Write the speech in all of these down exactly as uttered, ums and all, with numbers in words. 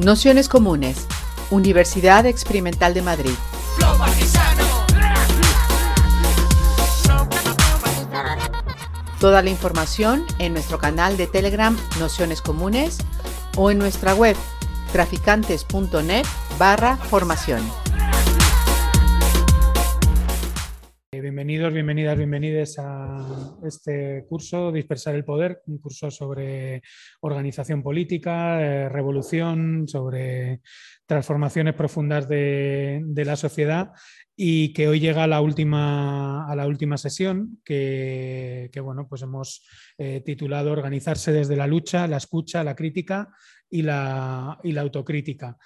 Nociones Comunes, Universidad Experimental de Madrid. Toda la información en nuestro canal de Telegram Nociones Comunes o en nuestra web traficantes.net barra formación. Bienvenidos, bienvenidas, bienvenides a este curso Dispersar el Poder, un curso sobre organización política, eh, revolución, sobre transformaciones profundas de, de la sociedad, y que hoy llega a la última, a la última sesión que, que bueno, pues hemos eh, titulado Organizarse desde la lucha, la escucha, la crítica y la, y la autocrítica.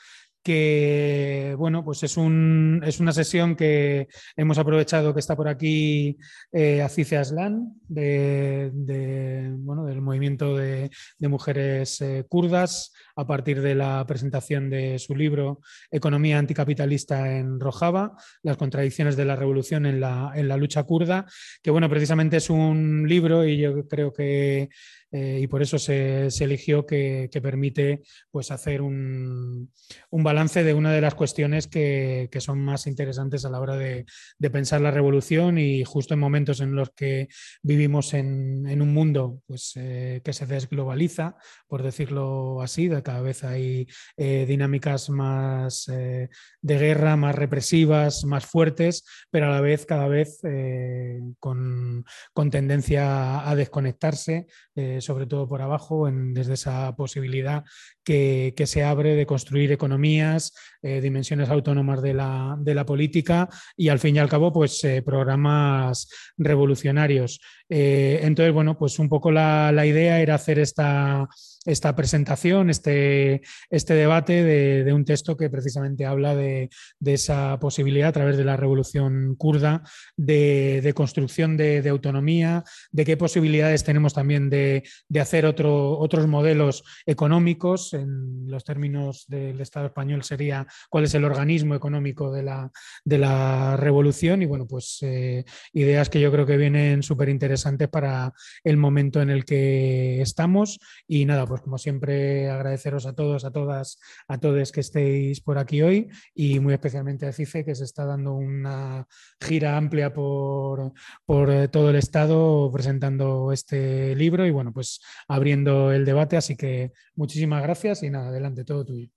Que bueno, pues es, un, es una sesión que hemos aprovechado que está por aquí eh, Azize Aslan de, de, bueno, del movimiento de, de mujeres eh, kurdas, a partir de la presentación de su libro Economía anticapitalista en Rojava, las contradicciones de la revolución en la, en la lucha kurda, que bueno, precisamente es un libro, y yo creo que Eh, y por eso se, se eligió, que, que permite pues hacer un, un balance de una de las cuestiones que, que son más interesantes a la hora de, de pensar la revolución, y justo en momentos en los que vivimos en, en un mundo pues, eh, que se desglobaliza, por decirlo así, de cada vez hay eh, dinámicas más eh, de guerra, más represivas, más fuertes, pero a la vez cada vez eh, con, con tendencia a desconectarse, eh, sobre todo por abajo, en, desde esa posibilidad que, que se abre de construir economías, eh, dimensiones autónomas de la, de la política, y al fin y al cabo pues eh, programas revolucionarios. Eh, entonces, bueno, pues un poco la, la idea era hacer esta, esta presentación, este, este debate de, de un texto que precisamente habla de, de esa posibilidad a través de la revolución kurda de, de construcción de, de autonomía, de qué posibilidades tenemos también de, de hacer otro, otros modelos económicos. En los términos del Estado español sería cuál es el organismo económico de la, de la revolución, y bueno, pues eh, ideas que yo creo que vienen súper interesantes para el momento en el que estamos. Y nada, pues como siempre agradeceros a todos, a todas, a todos que estéis por aquí hoy, y muy especialmente a Azize, que se está dando una gira amplia por, por todo el Estado presentando este libro y bueno, pues abriendo el debate. Así que muchísimas gracias y nada, adelante, todo tuyo.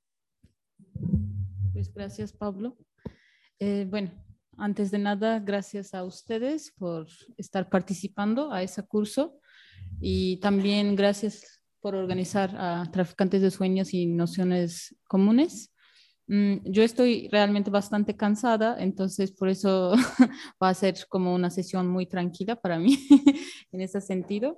Pues gracias, Pablo. Eh, bueno, antes de nada, gracias a ustedes por estar participando a ese curso, y también gracias por organizar a Traficantes de Sueños y Nociones Comunes. Mm, yo estoy realmente bastante cansada, entonces por eso va a ser como una sesión muy tranquila para mí en ese sentido.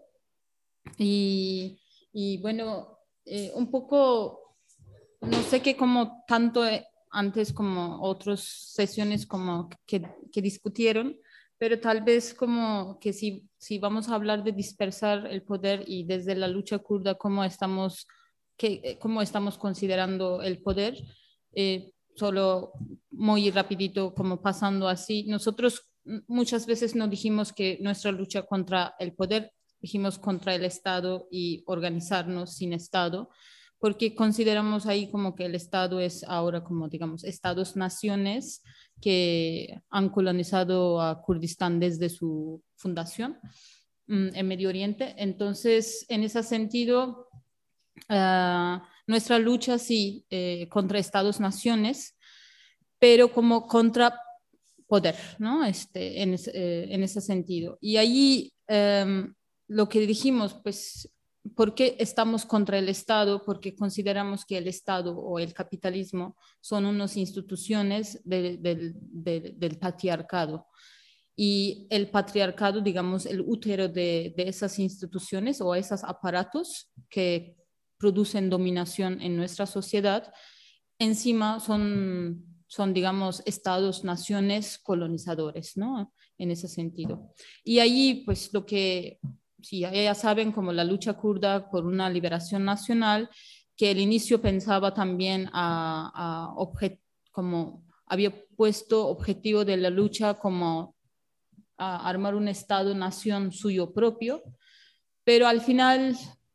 Y, y bueno, eh, un poco, no sé qué como tanto eh, antes como otras sesiones como que, que discutieron, pero tal vez como que si, si vamos a hablar de dispersar el poder y desde la lucha kurda, cómo estamos, que, cómo estamos considerando el poder, eh, solo muy rapidito como pasando así. Nosotros muchas veces no dijimos que nuestra lucha contra el poder, dijimos contra el Estado y organizarnos sin Estado, porque consideramos ahí como que el Estado es ahora como, digamos, Estados-naciones que han colonizado a Kurdistán desde su fundación um, en Medio Oriente. Entonces, en ese sentido, uh, nuestra lucha sí eh, contra Estados-naciones, pero como contra poder, ¿no? Este, en, eh, en ese sentido. Y allí um, lo que dijimos, pues, ¿por qué estamos contra el Estado? Porque consideramos que el Estado o el capitalismo son unas instituciones de, de, de, del patriarcado. Y el patriarcado, digamos, el útero de, de esas instituciones o esos aparatos que producen dominación en nuestra sociedad, encima son, son digamos, estados, naciones colonizadores, ¿no? En ese sentido. Y allí, pues, lo que... Sí, ya saben, como la lucha kurda por una liberación nacional, que al inicio pensaba también a, a objet, como había puesto objetivo de la lucha como a armar un estado-nación suyo propio, pero al final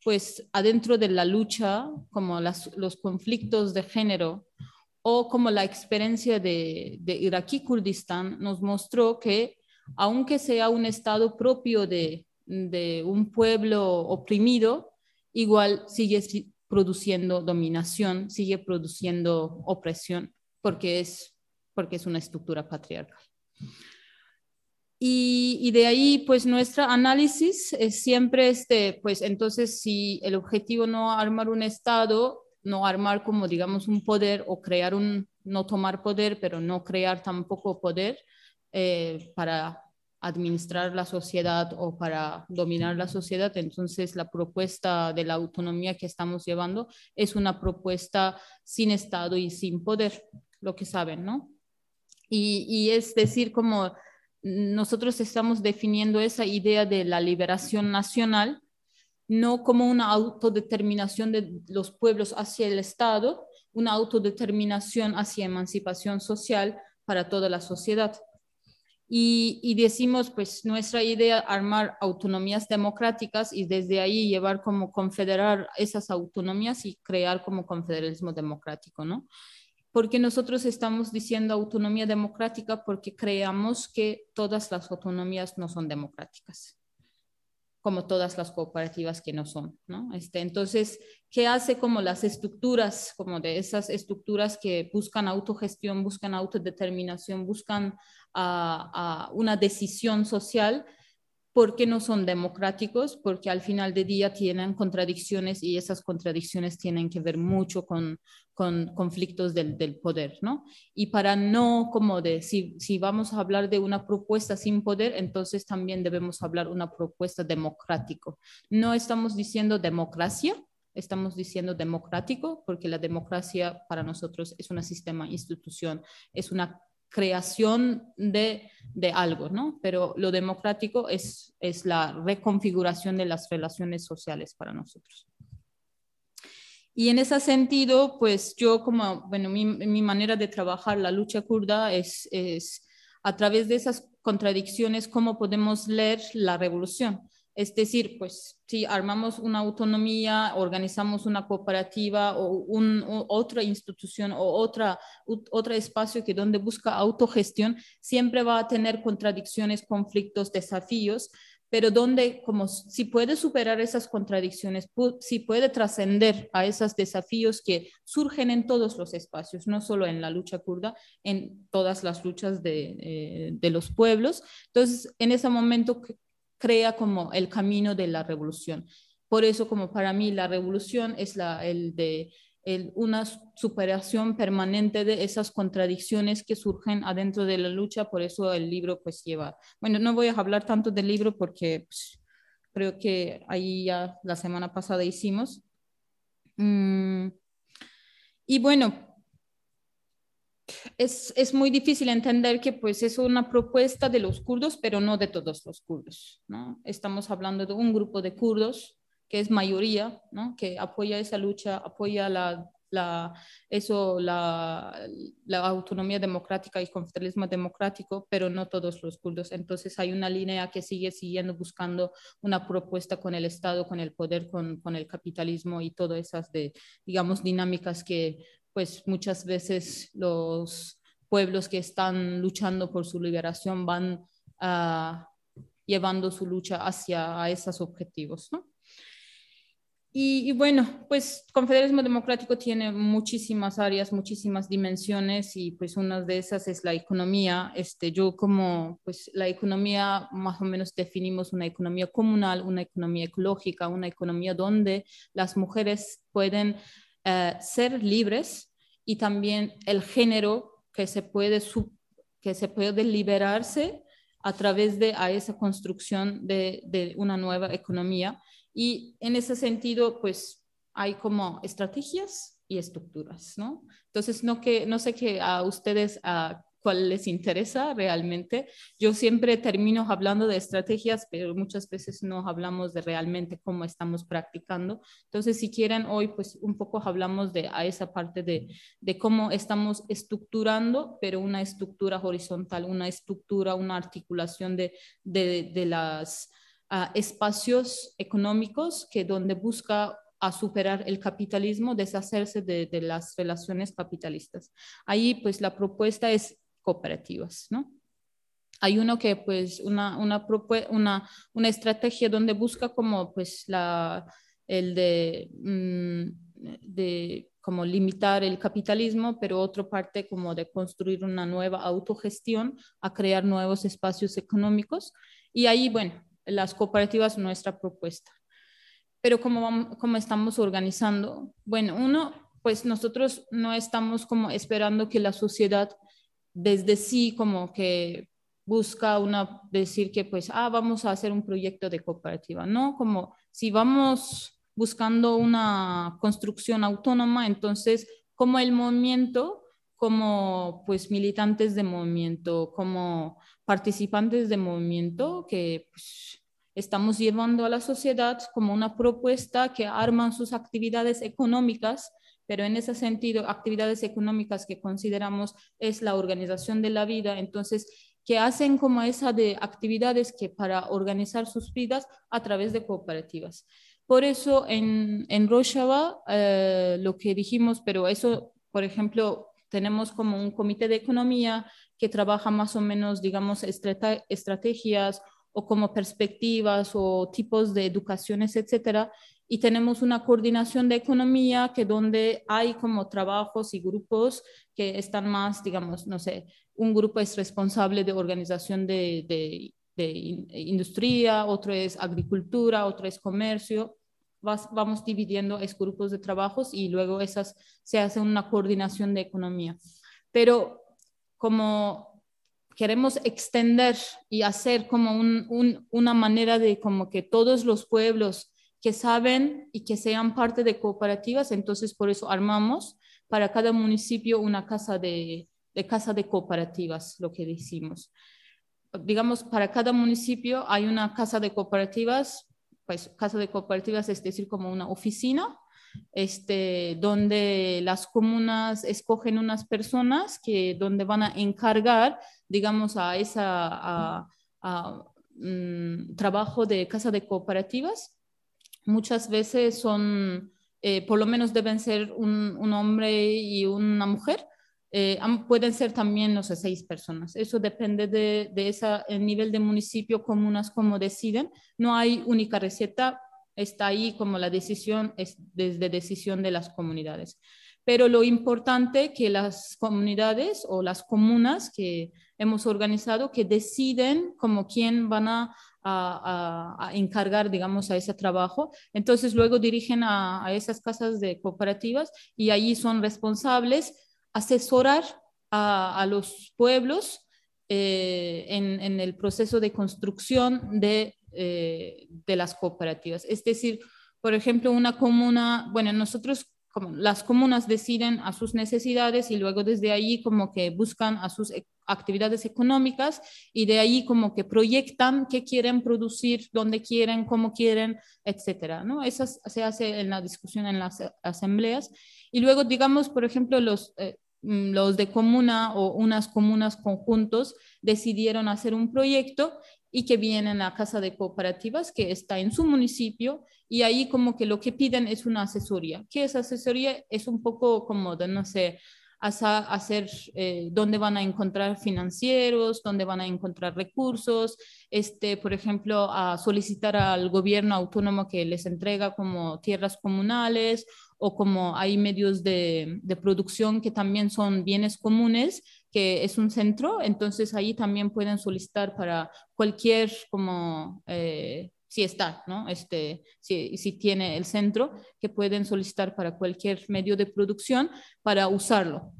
pues adentro de la lucha, como las, los conflictos de género, o como la experiencia de, de Iraquí Kurdistán nos mostró que aunque sea un estado propio de, de un pueblo oprimido, igual sigue produciendo dominación, sigue produciendo opresión, porque es, porque es una estructura patriarcal. Y, y de ahí, pues, nuestro análisis es siempre este, pues, entonces, si el objetivo no es armar un Estado, no armar como, digamos, un poder o crear un, no tomar poder, pero no crear tampoco poder eh, para administrar la sociedad o para dominar la sociedad, entonces la propuesta de la autonomía que estamos llevando es una propuesta sin Estado y sin poder, lo que saben, ¿no? Y, y es decir, como nosotros estamos definiendo esa idea de la liberación nacional, no como una autodeterminación de los pueblos hacia el Estado, una autodeterminación hacia emancipación social para toda la sociedad. Y, y decimos, pues, nuestra idea, armar autonomías democráticas y desde ahí llevar como confederar esas autonomías y crear como confederalismo democrático, ¿no? Porque nosotros estamos diciendo autonomía democrática porque creamos que todas las autonomías no son democráticas, como todas las cooperativas que no son, ¿no? Este, entonces, ¿qué hace como las estructuras, como de esas estructuras que buscan autogestión, buscan autodeterminación, buscan uh, uh, una decisión social? ¿Por qué no son democráticos? Porque al final del día tienen contradicciones y esas contradicciones tienen que ver mucho con, con conflictos del, del poder, ¿no? Y para no, como de, si, si vamos a hablar de una propuesta sin poder, entonces también debemos hablar de una propuesta democrática. No estamos diciendo democracia, estamos diciendo democrático, porque la democracia para nosotros es un sistema, institución, es una creación de, de algo, ¿no? Pero lo democrático es, es la reconfiguración de las relaciones sociales para nosotros. Y en ese sentido, pues yo como, bueno, mi, mi manera de trabajar la lucha kurda es, es a través de esas contradicciones, cómo podemos leer la revolución. Es decir, pues si armamos una autonomía, organizamos una cooperativa o un, o otra institución o otra, otro espacio que donde busca autogestión, siempre va a tener contradicciones, conflictos, desafíos, pero donde como si puede superar esas contradicciones, si puede trascender a esos desafíos que surgen en todos los espacios, no solo en la lucha kurda, en todas las luchas de, eh, de los pueblos. Entonces, en ese momento crea como el camino de la revolución. Por eso, como para mí, la revolución es la, el de el, una superación permanente de esas contradicciones que surgen adentro de la lucha. Por eso el libro pues lleva, bueno, no voy a hablar tanto del libro porque pues, creo que ahí ya la semana pasada hicimos. Mm, y bueno, Es, es muy difícil entender que pues es una propuesta de los kurdos, pero no de todos los kurdos, ¿no? Estamos hablando de un grupo de kurdos que es mayoría, ¿no? Que apoya esa lucha, apoya la, la, eso, la, la autonomía democrática y confederalismo democrático, pero no todos los kurdos. Entonces hay una línea que sigue siguiendo buscando una propuesta con el Estado, con el poder, con, con el capitalismo y todas esas, de, digamos, dinámicas que pues muchas veces los pueblos que están luchando por su liberación van uh, llevando su lucha hacia a esos objetivos, ¿no? Y, y bueno, pues confederalismo democrático tiene muchísimas áreas, muchísimas dimensiones y pues una de esas es la economía. Este, yo como pues la economía más o menos definimos una economía comunal, una economía ecológica, una economía donde las mujeres pueden Uh, ser libres y también el género que se puede, sub, que se puede liberarse a través de a esa construcción de, de una nueva economía. Y en ese sentido, pues hay como estrategias y estructuras, ¿no? Entonces, no, que, no sé qué a ustedes a cuál les interesa realmente. Yo siempre termino hablando de estrategias, pero muchas veces no hablamos de realmente cómo estamos practicando. Entonces, si quieren, hoy pues un poco hablamos de a esa parte de, de cómo estamos estructurando, pero una estructura horizontal, una estructura, una articulación de, de, de las uh, espacios económicos que donde busca a superar el capitalismo, deshacerse de, de las relaciones capitalistas. Ahí pues la propuesta es cooperativas, ¿no? Hay uno que pues una, una, una, una estrategia donde busca como pues la, el de, de como limitar el capitalismo, pero otra parte como de construir una nueva autogestión a crear nuevos espacios económicos. Y ahí, bueno, las cooperativas nuestra propuesta. Pero como, vamos, como estamos organizando, bueno, uno, pues nosotros no estamos como esperando que la sociedad desde sí como que busca una, decir que pues, ah, vamos a hacer un proyecto de cooperativa, ¿no? Como si vamos buscando una construcción autónoma, entonces como el movimiento, como pues militantes de movimiento, como participantes de movimiento, que pues, estamos llevando a la sociedad como una propuesta que arman sus actividades económicas, pero en ese sentido, actividades económicas que consideramos es la organización de la vida, entonces, que hacen como esa de actividades que para organizar sus vidas a través de cooperativas. Por eso en, en Rojava, eh, lo que dijimos, pero eso, por ejemplo, tenemos como un comité de economía que trabaja más o menos, digamos, estrate estrategias o como perspectivas o tipos de educaciones, etcétera. Y tenemos una coordinación de economía que donde hay como trabajos y grupos que están más, digamos, no sé, un grupo es responsable de organización de, de, de industria, otro es agricultura, otro es comercio. Vas, vamos dividiendo esos grupos de trabajos y luego esas se hace una coordinación de economía. Pero como queremos extender y hacer como un, un, una manera de como que todos los pueblos que saben y que sean parte de cooperativas, entonces por eso armamos para cada municipio una casa de, de casa de cooperativas, lo que decimos. Digamos, para cada municipio hay una casa de cooperativas, pues casa de cooperativas es decir, como una oficina, este, donde las comunas escogen unas personas que donde van a encargar, digamos, a ese a, a, um, trabajo de casa de cooperativas. Muchas veces son, eh, por lo menos deben ser un, un hombre y una mujer, eh, pueden ser también, no sé, seis personas. Eso depende de, de ese nivel de municipio, comunas, como deciden. No hay única receta, está ahí como la decisión es desde decisión de las comunidades. Pero lo importante que las comunidades o las comunas que hemos organizado, que deciden como quién van a, a, a encargar, digamos, a ese trabajo. Entonces luego dirigen a, a esas casas de cooperativas y allí son responsables asesorar a, a los pueblos eh, en, en el proceso de construcción de Eh, de las cooperativas. Es decir, por ejemplo, una comuna, bueno, nosotros, como las comunas deciden a sus necesidades y luego desde ahí como que buscan a sus actividades económicas y de ahí como que proyectan qué quieren producir, dónde quieren, cómo quieren, etcétera, ¿no? Eso se hace en la discusión en las asambleas. Y luego, digamos, por ejemplo, los... Eh, los de comuna o unas comunas conjuntos decidieron hacer un proyecto y que vienen a casa de cooperativas que está en su municipio y ahí como que lo que piden es una asesoría. ¿Qué es asesoría? Es un poco como de, no sé, hacer eh, dónde van a encontrar financieros, dónde van a encontrar recursos, este, por ejemplo, a solicitar al gobierno autónomo que les entrega como tierras comunales o como hay medios de, de producción que también son bienes comunes, que es un centro, entonces ahí también pueden solicitar para cualquier como... Eh, si está, ¿no? Este, si, si tiene el centro, que pueden solicitar para cualquier medio de producción para usarlo.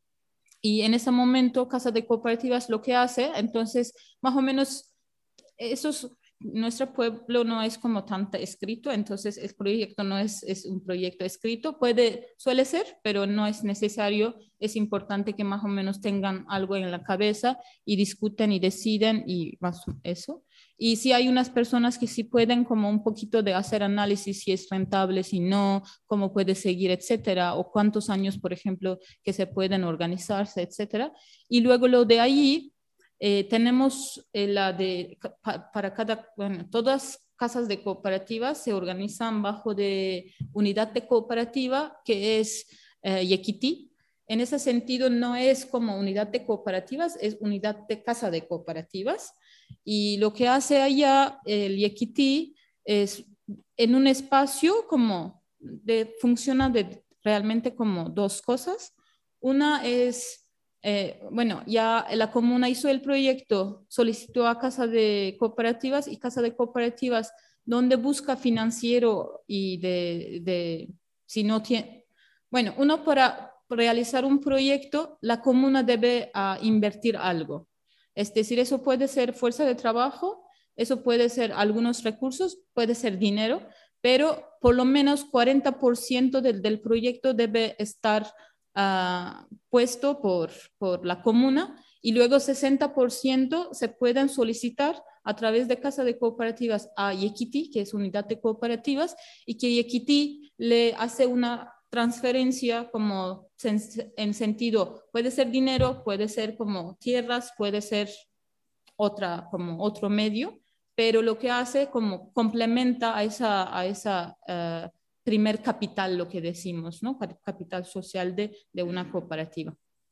Y en ese momento, Casa de Cooperativas lo que hace, entonces, más o menos, esos, nuestro pueblo no es como tanto escrito, entonces el proyecto no es, es un proyecto escrito, puede, suele ser, pero no es necesario, es importante que más o menos tengan algo en la cabeza y discuten y deciden y más eso. Y si hay unas personas que sí pueden como un poquito de hacer análisis si es rentable, si no, cómo puede seguir, etcétera, o cuántos años, por ejemplo, que se pueden organizarse, etcétera. Y luego lo de ahí, eh, tenemos eh, la de, pa, para cada, bueno, todas casas de cooperativas se organizan bajo de unidad de cooperativa que es eh, Yequití. En ese sentido no es como unidad de cooperativas, es unidad de casa de cooperativas. Y lo que hace allá el Yequití es en un espacio como de, funciona de, realmente como dos cosas. Una es, eh, bueno, ya la comuna hizo el proyecto, solicitó a Casa de Cooperativas y Casa de Cooperativas, donde busca financiero y de, de si no tiene, bueno, uno para realizar un proyecto, la comuna debe uh, invertir algo. Es decir, eso puede ser fuerza de trabajo, eso puede ser algunos recursos, puede ser dinero, pero por lo menos cuarenta por ciento del, del proyecto debe estar uh, puesto por, por la comuna y luego sesenta por ciento se pueden solicitar a través de Casa de Cooperativas a Yequití, que es unidad de cooperativas, y que Yequití le hace una transferencia como en sentido, puede ser dinero, puede ser como tierras, puede ser otra, como otro medio, pero lo que hace como complementa a esa, a esa uh, primer capital, lo que decimos, ¿no? Capital social de, de una cooperativa.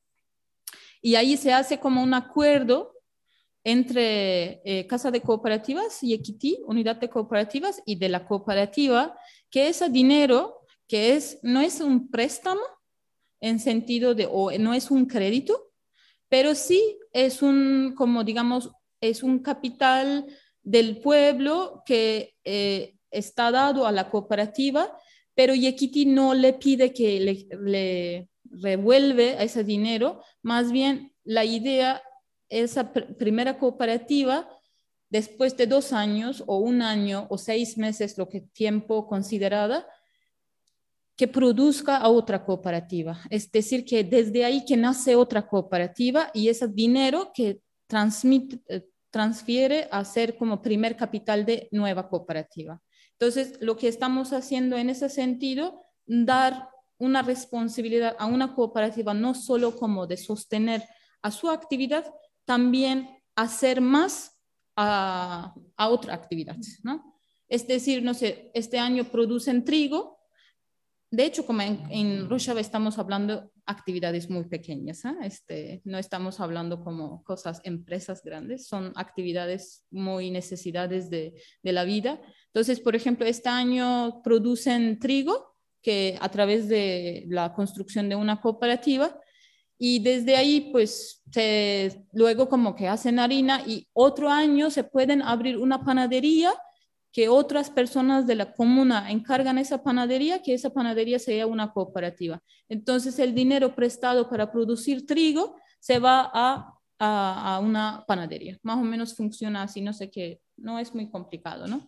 Y ahí se hace como un acuerdo entre eh, Casa de Cooperativas y Yequití, unidad de cooperativas, y de la cooperativa, que ese dinero que es, no es un préstamo en sentido de, o no es un crédito, pero sí es un, como digamos, es un capital del pueblo que eh, está dado a la cooperativa, pero Yequití no le pide que le, le revuelve ese dinero, más bien la idea, esa pr primera cooperativa, después de dos años o un año o seis meses, lo que tiempo considerada, que produzca a otra cooperativa. Es decir, que desde ahí que nace otra cooperativa y ese dinero que transmite, eh, transfiere a ser como primer capital de nueva cooperativa. Entonces, lo que estamos haciendo en ese sentido, dar una responsabilidad a una cooperativa no solo como de sostener a su actividad, también hacer más a, a otra actividad, ¿no? Es decir, no sé, este año producen trigo. De hecho, como en, en Rojava estamos hablando de actividades muy pequeñas, ¿eh? este, no estamos hablando como cosas, empresas grandes, son actividades muy necesidades de, de la vida. Entonces, por ejemplo, este año producen trigo que a través de la construcción de una cooperativa y desde ahí pues se, luego como que hacen harina y otro año se pueden abrir una panadería que otras personas de la comuna encargan esa panadería, que esa panadería sea una cooperativa. Entonces el dinero prestado para producir trigo se va a, a, a una panadería. Más o menos funciona así, no sé qué, no es muy complicado, ¿no?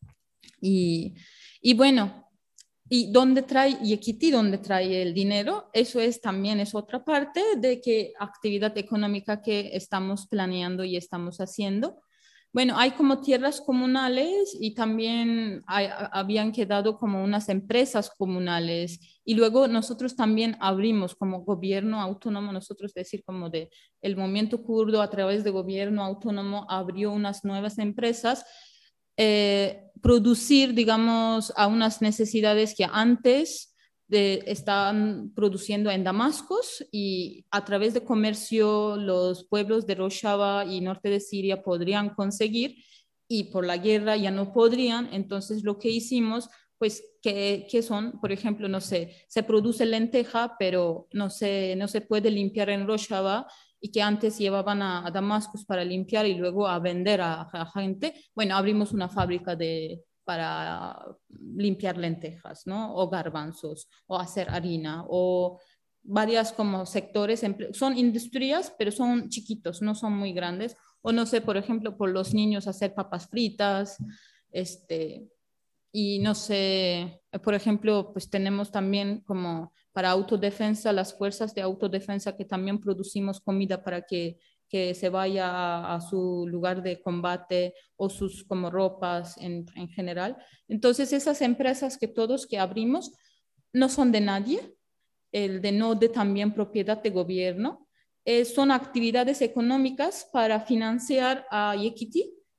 Y, y bueno, ¿y dónde trae Yequití, dónde trae el dinero? Eso es también es otra parte de qué actividad económica que estamos planeando y estamos haciendo. Bueno, hay como tierras comunales y también hay, habían quedado como unas empresas comunales y luego nosotros también abrimos como gobierno autónomo, nosotros decir como de el movimiento kurdo a través de gobierno autónomo abrió unas nuevas empresas, eh, producir digamos a unas necesidades que antes de, estaban produciendo en Damasco y a través de comercio los pueblos de Rojava y norte de Siria podrían conseguir y por la guerra ya no podrían. Entonces lo que hicimos, pues, que, que son, por ejemplo, no sé, se produce lenteja, pero no se, no se puede limpiar en Rojava y que antes llevaban a, a Damasco para limpiar y luego a vender a, a gente. Bueno, abrimos una fábrica de para limpiar lentejas, ¿no? O garbanzos, o hacer harina, o varias como sectores, son industrias, pero son chiquitos, no son muy grandes, o no sé, por ejemplo, por los niños hacer papas fritas, este, y no sé, por ejemplo, pues tenemos también como para autodefensa, las fuerzas de autodefensa que también producimos comida para que que se vaya a, a su lugar de combate o sus como ropas en, en general. Entonces esas empresas que todos que abrimos no son de nadie, el de no de también propiedad de gobierno, eh, son actividades económicas para financiar a Yequití.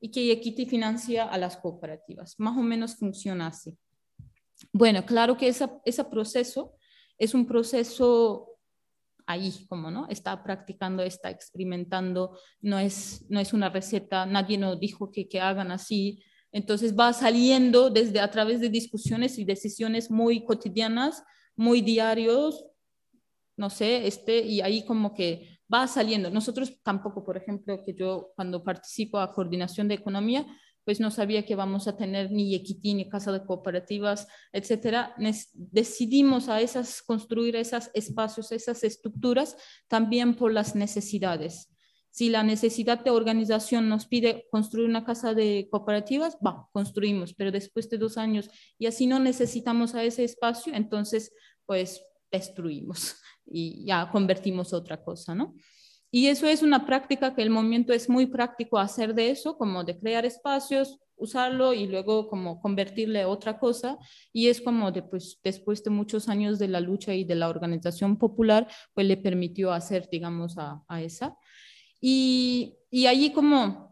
y que Equity financia a las cooperativas. Más o menos funciona así. Bueno, claro que esa, ese proceso es un proceso ahí, como, ¿no? Está practicando, está experimentando, no es, no es una receta, nadie nos dijo que, que hagan así. Entonces va saliendo desde a través de discusiones y decisiones muy cotidianas, muy diarios, no sé, este, y ahí como que va saliendo. Nosotros tampoco, por ejemplo, que yo cuando participo a coordinación de economía, pues no sabía que vamos a tener ni Equity, ni casa de cooperativas, etcétera. Decidimos a esas, construir esos espacios, esas estructuras, también por las necesidades. Si la necesidad de organización nos pide construir una casa de cooperativas, va, construimos, pero después de dos años y así no necesitamos a ese espacio, entonces pues destruimos y ya convertimos otra cosa, ¿no? Y eso es una práctica que el movimiento es muy práctico hacer de eso, como de crear espacios, usarlo y luego como convertirle a otra cosa. Y es como de, pues, después de muchos años de la lucha y de la organización popular, pues le permitió hacer, digamos, a, a esa. Y, y allí como...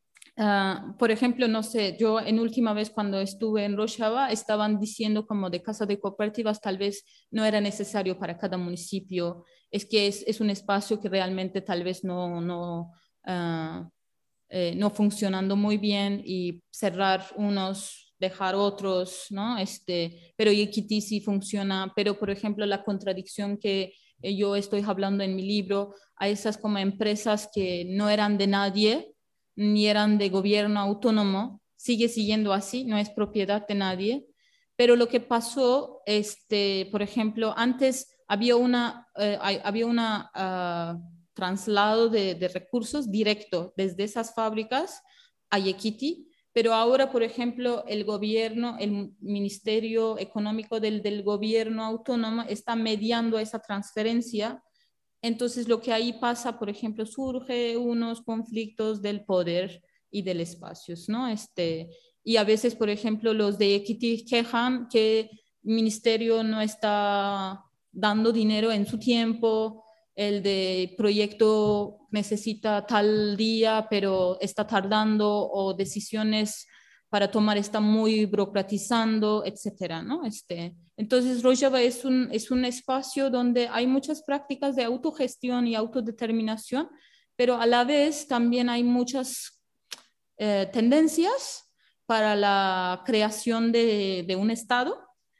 Uh, por ejemplo, no sé, yo en última vez cuando estuve en Rojava estaban diciendo como de casa de cooperativas tal vez no era necesario para cada municipio, es que es, es un espacio que realmente tal vez no, no, uh, eh, no funcionando muy bien y cerrar unos, dejar otros, ¿no? Este, pero Equity sí funciona, pero por ejemplo la contradicción que yo estoy hablando en mi libro a esas como empresas que no eran de nadie, ni eran de gobierno autónomo, sigue siguiendo así, no es propiedad de nadie. Pero lo que pasó, este, por ejemplo, antes había una, eh, había una uh, traslado de, de recursos directo desde esas fábricas a Equity, pero ahora, por ejemplo, el gobierno, el Ministerio Económico del, del gobierno autónomo está mediando esa transferencia. Entonces, lo que ahí pasa, por ejemplo, surge unos conflictos del poder y del espacio, ¿no? Este, y a veces, por ejemplo, los de Equity quejan que el ministerio no está dando dinero en su tiempo, el de proyecto necesita tal día, pero está tardando, o decisiones para tomar está muy burocratizando, etcétera, ¿no? Este, entonces, Rojava es un, es un espacio donde hay muchas prácticas de autogestión y autodeterminación, pero a la vez también hay muchas eh, tendencias para la creación de, de un Estado,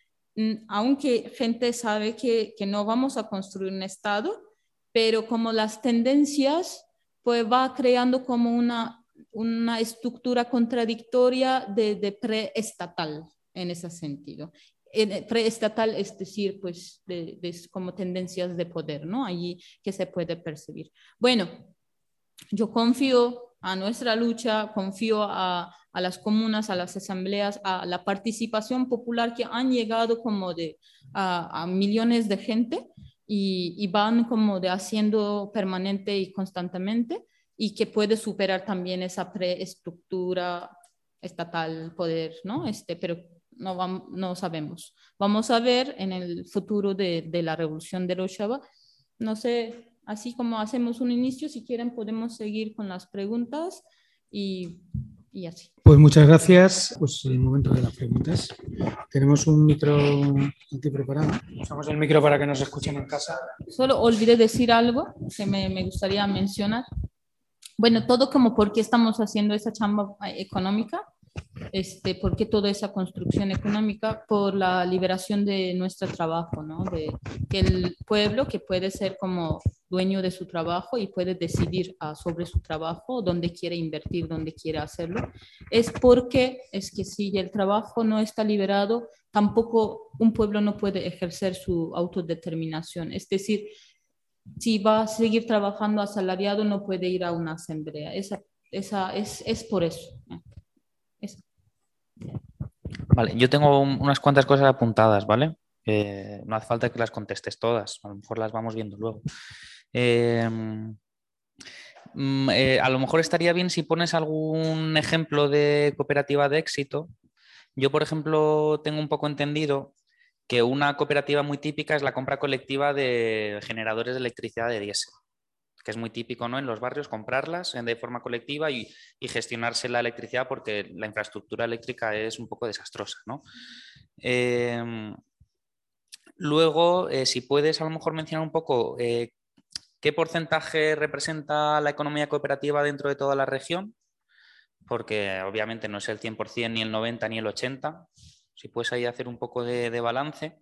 aunque gente sabe que, que no vamos a construir un Estado, pero como las tendencias, pues va creando como una, una estructura contradictoria de, de preestatal en ese sentido. Preestatal es decir, pues, de, de, como tendencias de poder, ¿no? Allí que se puede percibir. Bueno, yo confío a nuestra lucha, confío a, a las comunas, a las asambleas, a la participación popular que han llegado como de a, a millones de gente y, y van como de haciendo permanente y constantemente, y que puede superar también esa preestructura estatal, poder, ¿no? Este, pero no, vamos, no sabemos. Vamos a ver en el futuro de, de la revolución de Rojava. No sé, así como hacemos un inicio, si quieren podemos seguir con las preguntas y, y así. Pues muchas gracias. Pues el momento de las preguntas. Tenemos un micro aquí preparado. Usamos el micro para que nos escuchen en casa. Solo olvidé decir algo que me, me gustaría mencionar. Bueno, todo como por qué estamos haciendo esa chamba económica. Este, ¿por qué toda esa construcción económica? Por la liberación de nuestro trabajo, ¿no? De que el pueblo, que puede ser como dueño de su trabajo y puede decidir uh, sobre su trabajo, dónde quiere invertir, dónde quiere hacerlo, es porque es que si el trabajo no está liberado, tampoco un pueblo no puede ejercer su autodeterminación. Es decir, si va a seguir trabajando asalariado, no puede ir a una asamblea. Esa, esa es, es por eso. Eso. Vale, yo tengo un, unas cuantas cosas apuntadas, ¿vale? Eh, no hace falta que las contestes todas, a lo mejor las vamos viendo luego. Eh, eh, a lo mejor estaría bien si pones algún ejemplo de cooperativa de éxito. Yo, por ejemplo, tengo un poco entendido que una cooperativa muy típica es la compra colectiva de generadores de electricidad de diésel. que es muy típico, ¿no?, en los barrios, comprarlas de forma colectiva y, y gestionarse la electricidad porque la infraestructura eléctrica es un poco desastrosa, ¿no? Eh, luego, eh, si puedes a lo mejor mencionar un poco eh, qué porcentaje representa la economía cooperativa dentro de toda la región, porque obviamente no es el cien por cien, ni el noventa por ciento, ni el ochenta por ciento. Si puedes ahí hacer un poco de, de balance.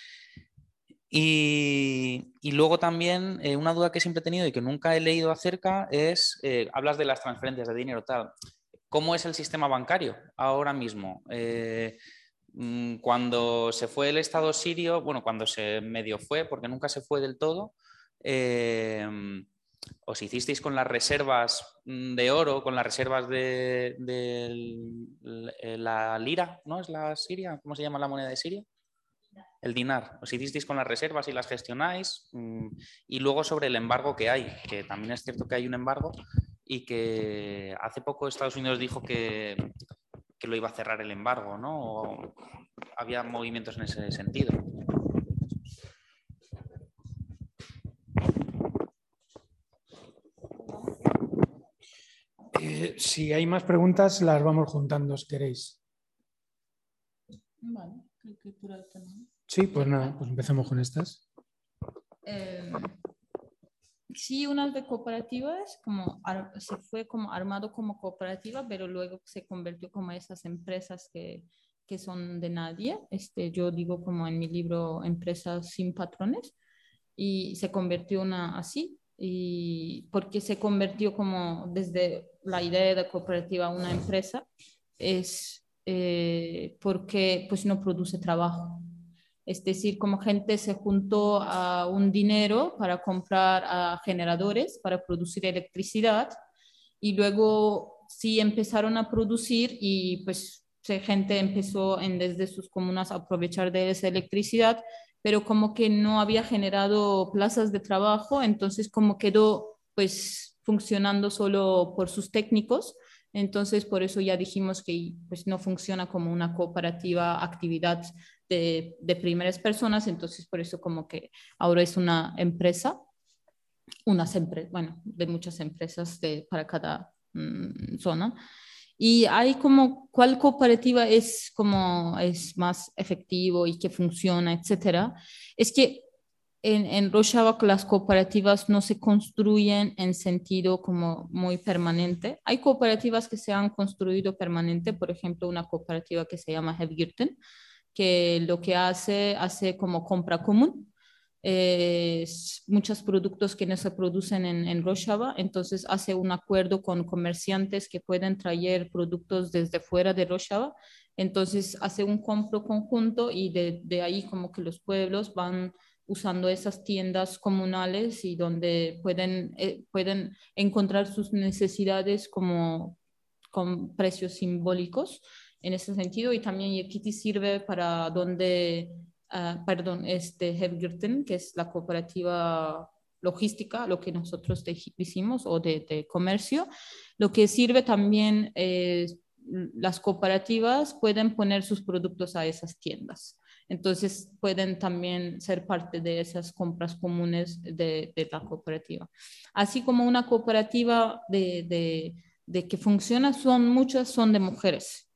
Y, y luego también eh, una duda que siempre he tenido y que nunca he leído acerca es, eh, hablas de las transferencias de dinero, tal. ¿Cómo es el sistema bancario ahora mismo? Eh, cuando se fue el Estado sirio, bueno, cuando se medio fue, porque nunca se fue del todo, eh, os hicisteis con las reservas de oro, con las reservas de, de la lira, ¿no? ¿Es la Siria? ¿Cómo se llama la moneda de Siria? El dinar. Os hicisteis con las reservas y las gestionáis. Y luego sobre el embargo que hay, que también es cierto que hay un embargo y que hace poco Estados Unidos dijo que, que lo iba a cerrar el embargo, ¿no? O había movimientos en ese sentido. Eh, si hay más preguntas, las vamos juntando, si queréis. Vale, creo que por ahí tenemos. Sí, pues nada, pues empezamos con estas. Eh, sí, unas de cooperativas, como se fue como armado como cooperativa, pero luego se convirtió como esas empresas que, que son de nadie. Este, yo digo como en mi libro, empresas sin patrones, y se convirtió una así. Y porque se convirtió como desde la idea de cooperativa a una empresa, es eh, porque pues no produce trabajo. Es decir, como gente se juntó a un dinero para comprar a generadores para producir electricidad y luego sí empezaron a producir y pues gente empezó en, desde sus comunas a aprovechar de esa electricidad, pero como que no había generado plazas de trabajo, entonces como quedó pues funcionando solo por sus técnicos. Entonces, por eso ya dijimos que pues, no funciona como una cooperativa actividad de, de primeras personas, entonces por eso como que ahora es una empresa, unas empresas, bueno, de muchas empresas de, para cada mmm, zona. Y hay como, ¿cuál cooperativa es como es más efectivo y que funciona, etcétera? Es que en, en Rojava las cooperativas no se construyen en sentido como muy permanente. Hay cooperativas que se han construido permanente, por ejemplo, una cooperativa que se llama Hevgirten, que lo que hace, hace como compra común. Eh, muchos productos que no se producen en, en Rojava, entonces hace un acuerdo con comerciantes que pueden traer productos desde fuera de Rojava, entonces hace un compro conjunto y de, de ahí como que los pueblos van usando esas tiendas comunales y donde pueden, eh, pueden encontrar sus necesidades como con precios simbólicos en ese sentido. Y también Yekiti sirve para donde, uh, perdón, este Hevgirten, que es la cooperativa logística, lo que nosotros hicimos, o de, de comercio. Lo que sirve también es las cooperativas pueden poner sus productos a esas tiendas. Entonces pueden también ser parte de esas compras comunes de, de la cooperativa. Así como una cooperativa de, de, de que funciona, son muchas, son de mujeres.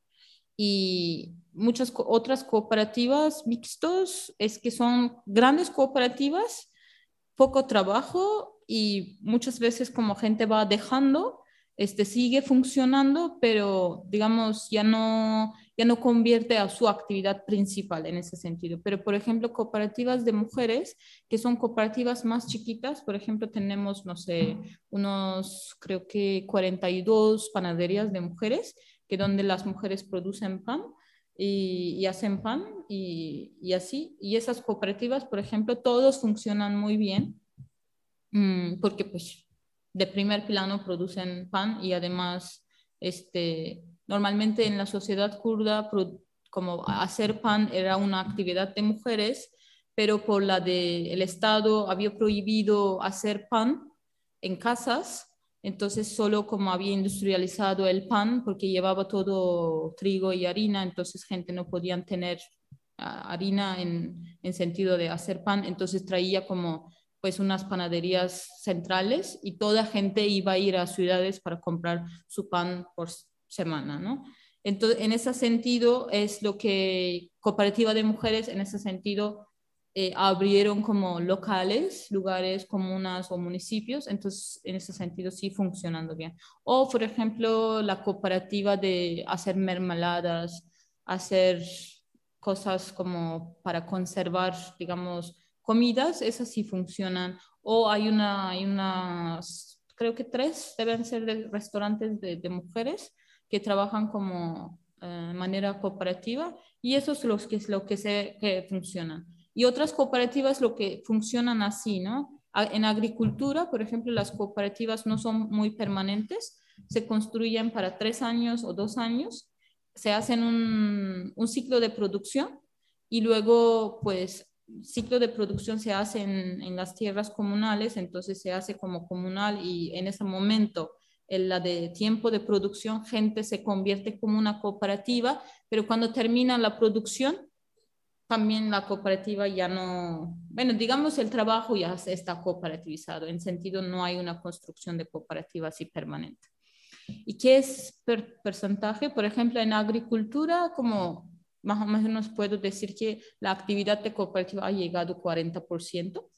Y muchas co otras cooperativas mixtos es que son grandes cooperativas, poco trabajo y muchas veces como gente va dejando, este sigue funcionando, pero digamos ya no, ya no convierte a su actividad principal en ese sentido. Pero por ejemplo, cooperativas de mujeres, que son cooperativas más chiquitas, por ejemplo, tenemos, no sé, unos creo que cuarenta y dos panaderías de mujeres, que donde las mujeres producen pan y, y hacen pan y, y así. Y esas cooperativas, por ejemplo, todos funcionan muy bien mmm, porque pues de primer plano producen pan y además este, normalmente en la sociedad kurda como hacer pan era una actividad de mujeres, pero por la del Estado había prohibido hacer pan en casas. Entonces solo como había industrializado el pan porque llevaba todo trigo y harina, entonces gente no podía tener uh, harina en, en sentido de hacer pan, entonces traía como pues unas panaderías centrales y toda gente iba a ir a ciudades para comprar su pan por semana, ¿no? Entonces, en ese sentido es lo que Cooperativa de Mujeres, en ese sentido, eh, abrieron como locales, lugares, comunas o municipios, entonces en ese sentido sí funcionando bien. O, por ejemplo, la cooperativa de hacer mermeladas, hacer cosas como para conservar, digamos, comidas, esas sí funcionan. O hay una, hay unas, creo que tres deben ser de restaurantes de, de mujeres que trabajan como de eh, manera cooperativa y eso es lo que, es lo que sé que funciona. Y otras cooperativas lo que funcionan así, ¿no? En agricultura, por ejemplo, las cooperativas no son muy permanentes, se construyen para tres años o dos años, se hacen un, un ciclo de producción y luego, pues, ciclo de producción se hace en, en las tierras comunales, entonces se hace como comunal y en ese momento, en la de tiempo de producción, gente se convierte como una cooperativa, pero cuando termina la producción, también la cooperativa ya no, bueno, digamos el trabajo ya está cooperativizado, en sentido no hay una construcción de cooperativa así permanente. ¿Y qué es per porcentaje? Por ejemplo, en agricultura, como más o menos puedo decir que la actividad de cooperativa ha llegado al cuarenta por ciento,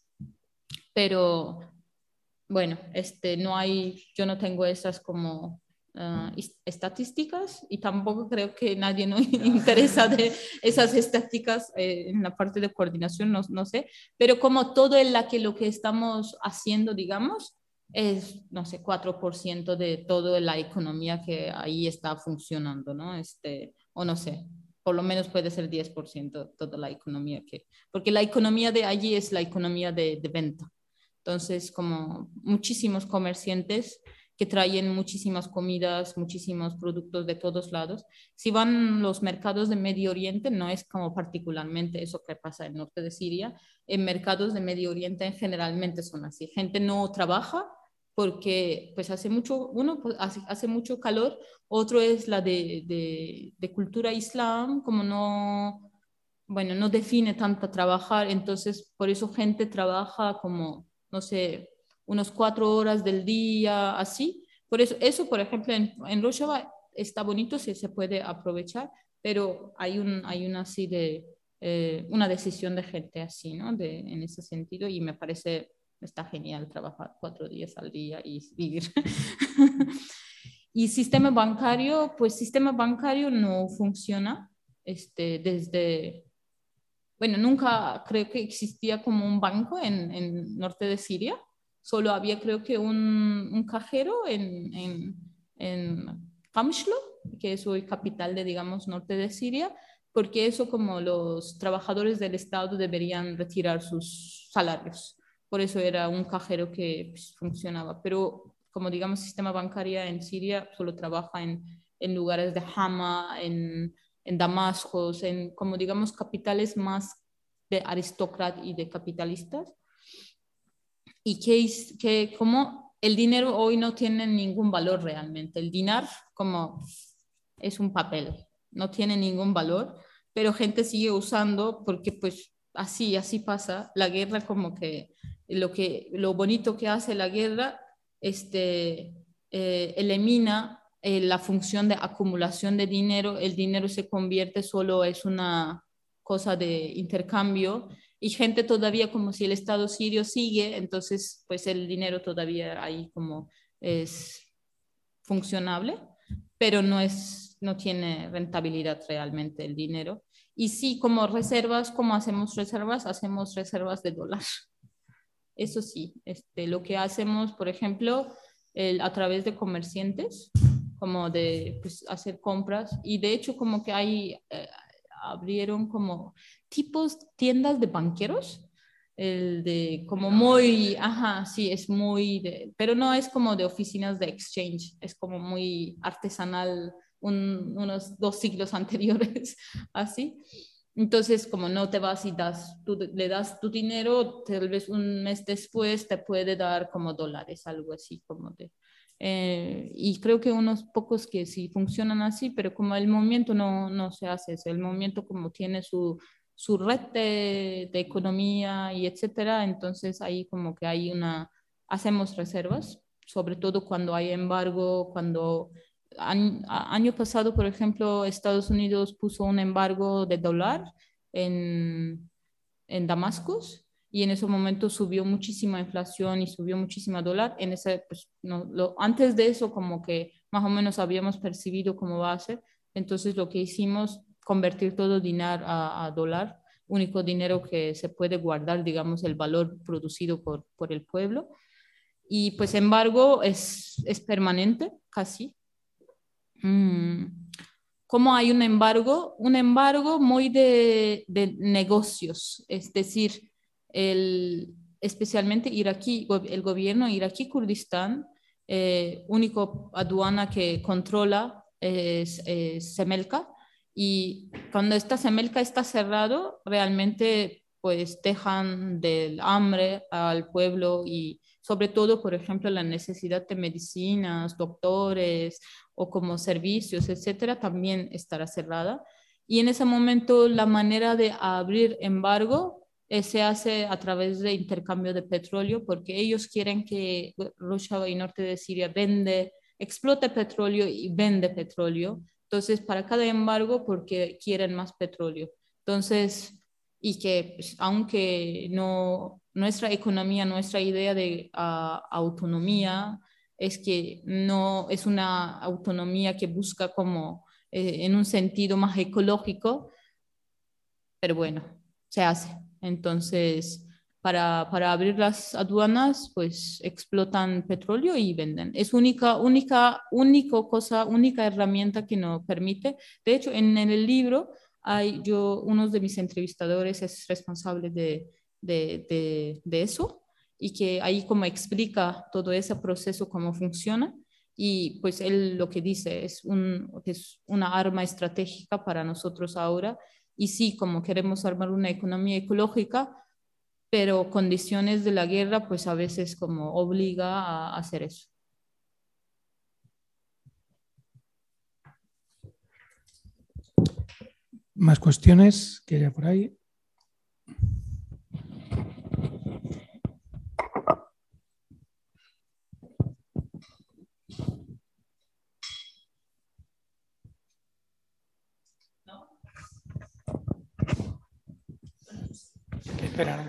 pero bueno, este, no hay, yo no tengo esas como uh, estadísticas y tampoco creo que nadie nos interesa de esas estadísticas eh, en la parte de coordinación, no, no sé, pero como todo en la que lo que estamos haciendo, digamos, es, no sé, cuatro por ciento de toda la economía que ahí está funcionando, ¿no? Este, o no sé, por lo menos puede ser diez por ciento toda la economía que, porque la economía de allí es la economía de, de venta. Entonces, como muchísimos comerciantes que traen muchísimas comidas, muchísimos productos de todos lados. Si van los mercados de Medio Oriente, no es como particularmente eso que pasa en el norte de Siria. En mercados de Medio Oriente generalmente son así. Gente no trabaja porque pues hace mucho, uno pues, hace, hace mucho calor, otro es la de, de, de cultura islam, como no, bueno, no define tanto trabajar, entonces por eso gente trabaja como no sé, unos cuatro horas del día, así. Por eso, eso por ejemplo, en, en Rojava está bonito, se, se puede aprovechar, pero hay, un, hay una así de, eh, una decisión de gente así, ¿no? De, en ese sentido, y me parece, está genial trabajar cuatro días al día y vivir. Y sistema bancario, pues sistema bancario no funciona este, desde... Bueno, nunca creo que existía como un banco en, en norte de Siria, solo había creo que un, un cajero en, en, en Qamishlo, que es hoy capital de, digamos, norte de Siria, porque eso como los trabajadores del Estado deberían retirar sus salarios. Por eso era un cajero que pues, funcionaba. Pero como digamos, sistema bancario en Siria solo trabaja en, en lugares de Hama, en en Damasco, en como digamos capitales más de aristócratas y de capitalistas. Y que, que como el dinero hoy no tiene ningún valor realmente. El dinar como es un papel, no tiene ningún valor, pero gente sigue usando porque pues así, así pasa. La guerra como que lo, que, lo bonito que hace la guerra este, eh, elimina Eh, la función de acumulación de dinero, el dinero se convierte solo es una cosa de intercambio y gente todavía como si el Estado sirio sigue, entonces pues el dinero todavía ahí como es funcionable, pero no es, no tiene rentabilidad realmente el dinero. Y sí, como reservas, ¿cómo hacemos reservas? Hacemos reservas de dólar. Eso sí, este, lo que hacemos, por ejemplo, el, a través de comerciantes, como de pues, hacer compras y de hecho como que hay, eh, abrieron como tipos tiendas de banqueros, el de como muy, ajá, sí, es muy, de, pero no es como de oficinas de exchange, es como muy artesanal, un, unos dos siglos anteriores, así. Entonces, como no te vas y das, tú le das tu dinero, tal vez un mes después te puede dar como dólares, algo así como de... Eh, y creo que unos pocos que sí funcionan así, pero como el movimiento no, no se hace, el movimiento como tiene su, su red de, de economía y etcétera. Entonces ahí como que hay una, hacemos reservas, sobre todo cuando hay embargo, cuando año, año pasado, por ejemplo, Estados Unidos puso un embargo de dólar en, en Damasco y en ese momento subió muchísima inflación y subió muchísima dólar. En ese, pues, no, lo, antes de eso como que más o menos habíamos percibido cómo va a ser. Entonces lo que hicimos, convertir todo dinero a, a dólar, único dinero que se puede guardar, digamos, el valor producido por, por el pueblo. Y pues embargo es, es permanente, casi. Mm. ¿Cómo hay un embargo? Un embargo muy de, de negocios, es decir, el, especialmente iraquí, el gobierno iraquí Kurdistán, eh, único aduana que controla es, es Semelka, y cuando esta Semelka está cerrado, realmente pues dejan del hambre al pueblo y sobre todo, por ejemplo, la necesidad de medicinas, doctores o como servicios, etcétera, también estará cerrada. Y en ese momento la manera de abrir embargo eh, se hace a través de intercambio de petróleo, porque ellos quieren que Rojava y norte de Siria vende, explote petróleo y vende petróleo. Entonces, para cada embargo, porque quieren más petróleo. Entonces, y que pues, aunque no, nuestra economía, nuestra idea de uh, autonomía es que no es una autonomía que busca como eh, en un sentido más ecológico, pero bueno, se hace. Entonces, para, para abrir las aduanas, pues explotan petróleo y venden. Es única, única, única cosa, única herramienta que nos permite. De hecho, en, en el libro hay yo, uno de mis entrevistadores es responsable de, de, de, de eso y que ahí como explica todo ese proceso, cómo funciona. Y pues él lo que dice es, un, es una arma estratégica para nosotros ahora. Y sí, como queremos armar una economía ecológica, pero condiciones de la guerra, pues a veces como obliga a hacer eso. ¿Más cuestiones que haya por ahí? Espera,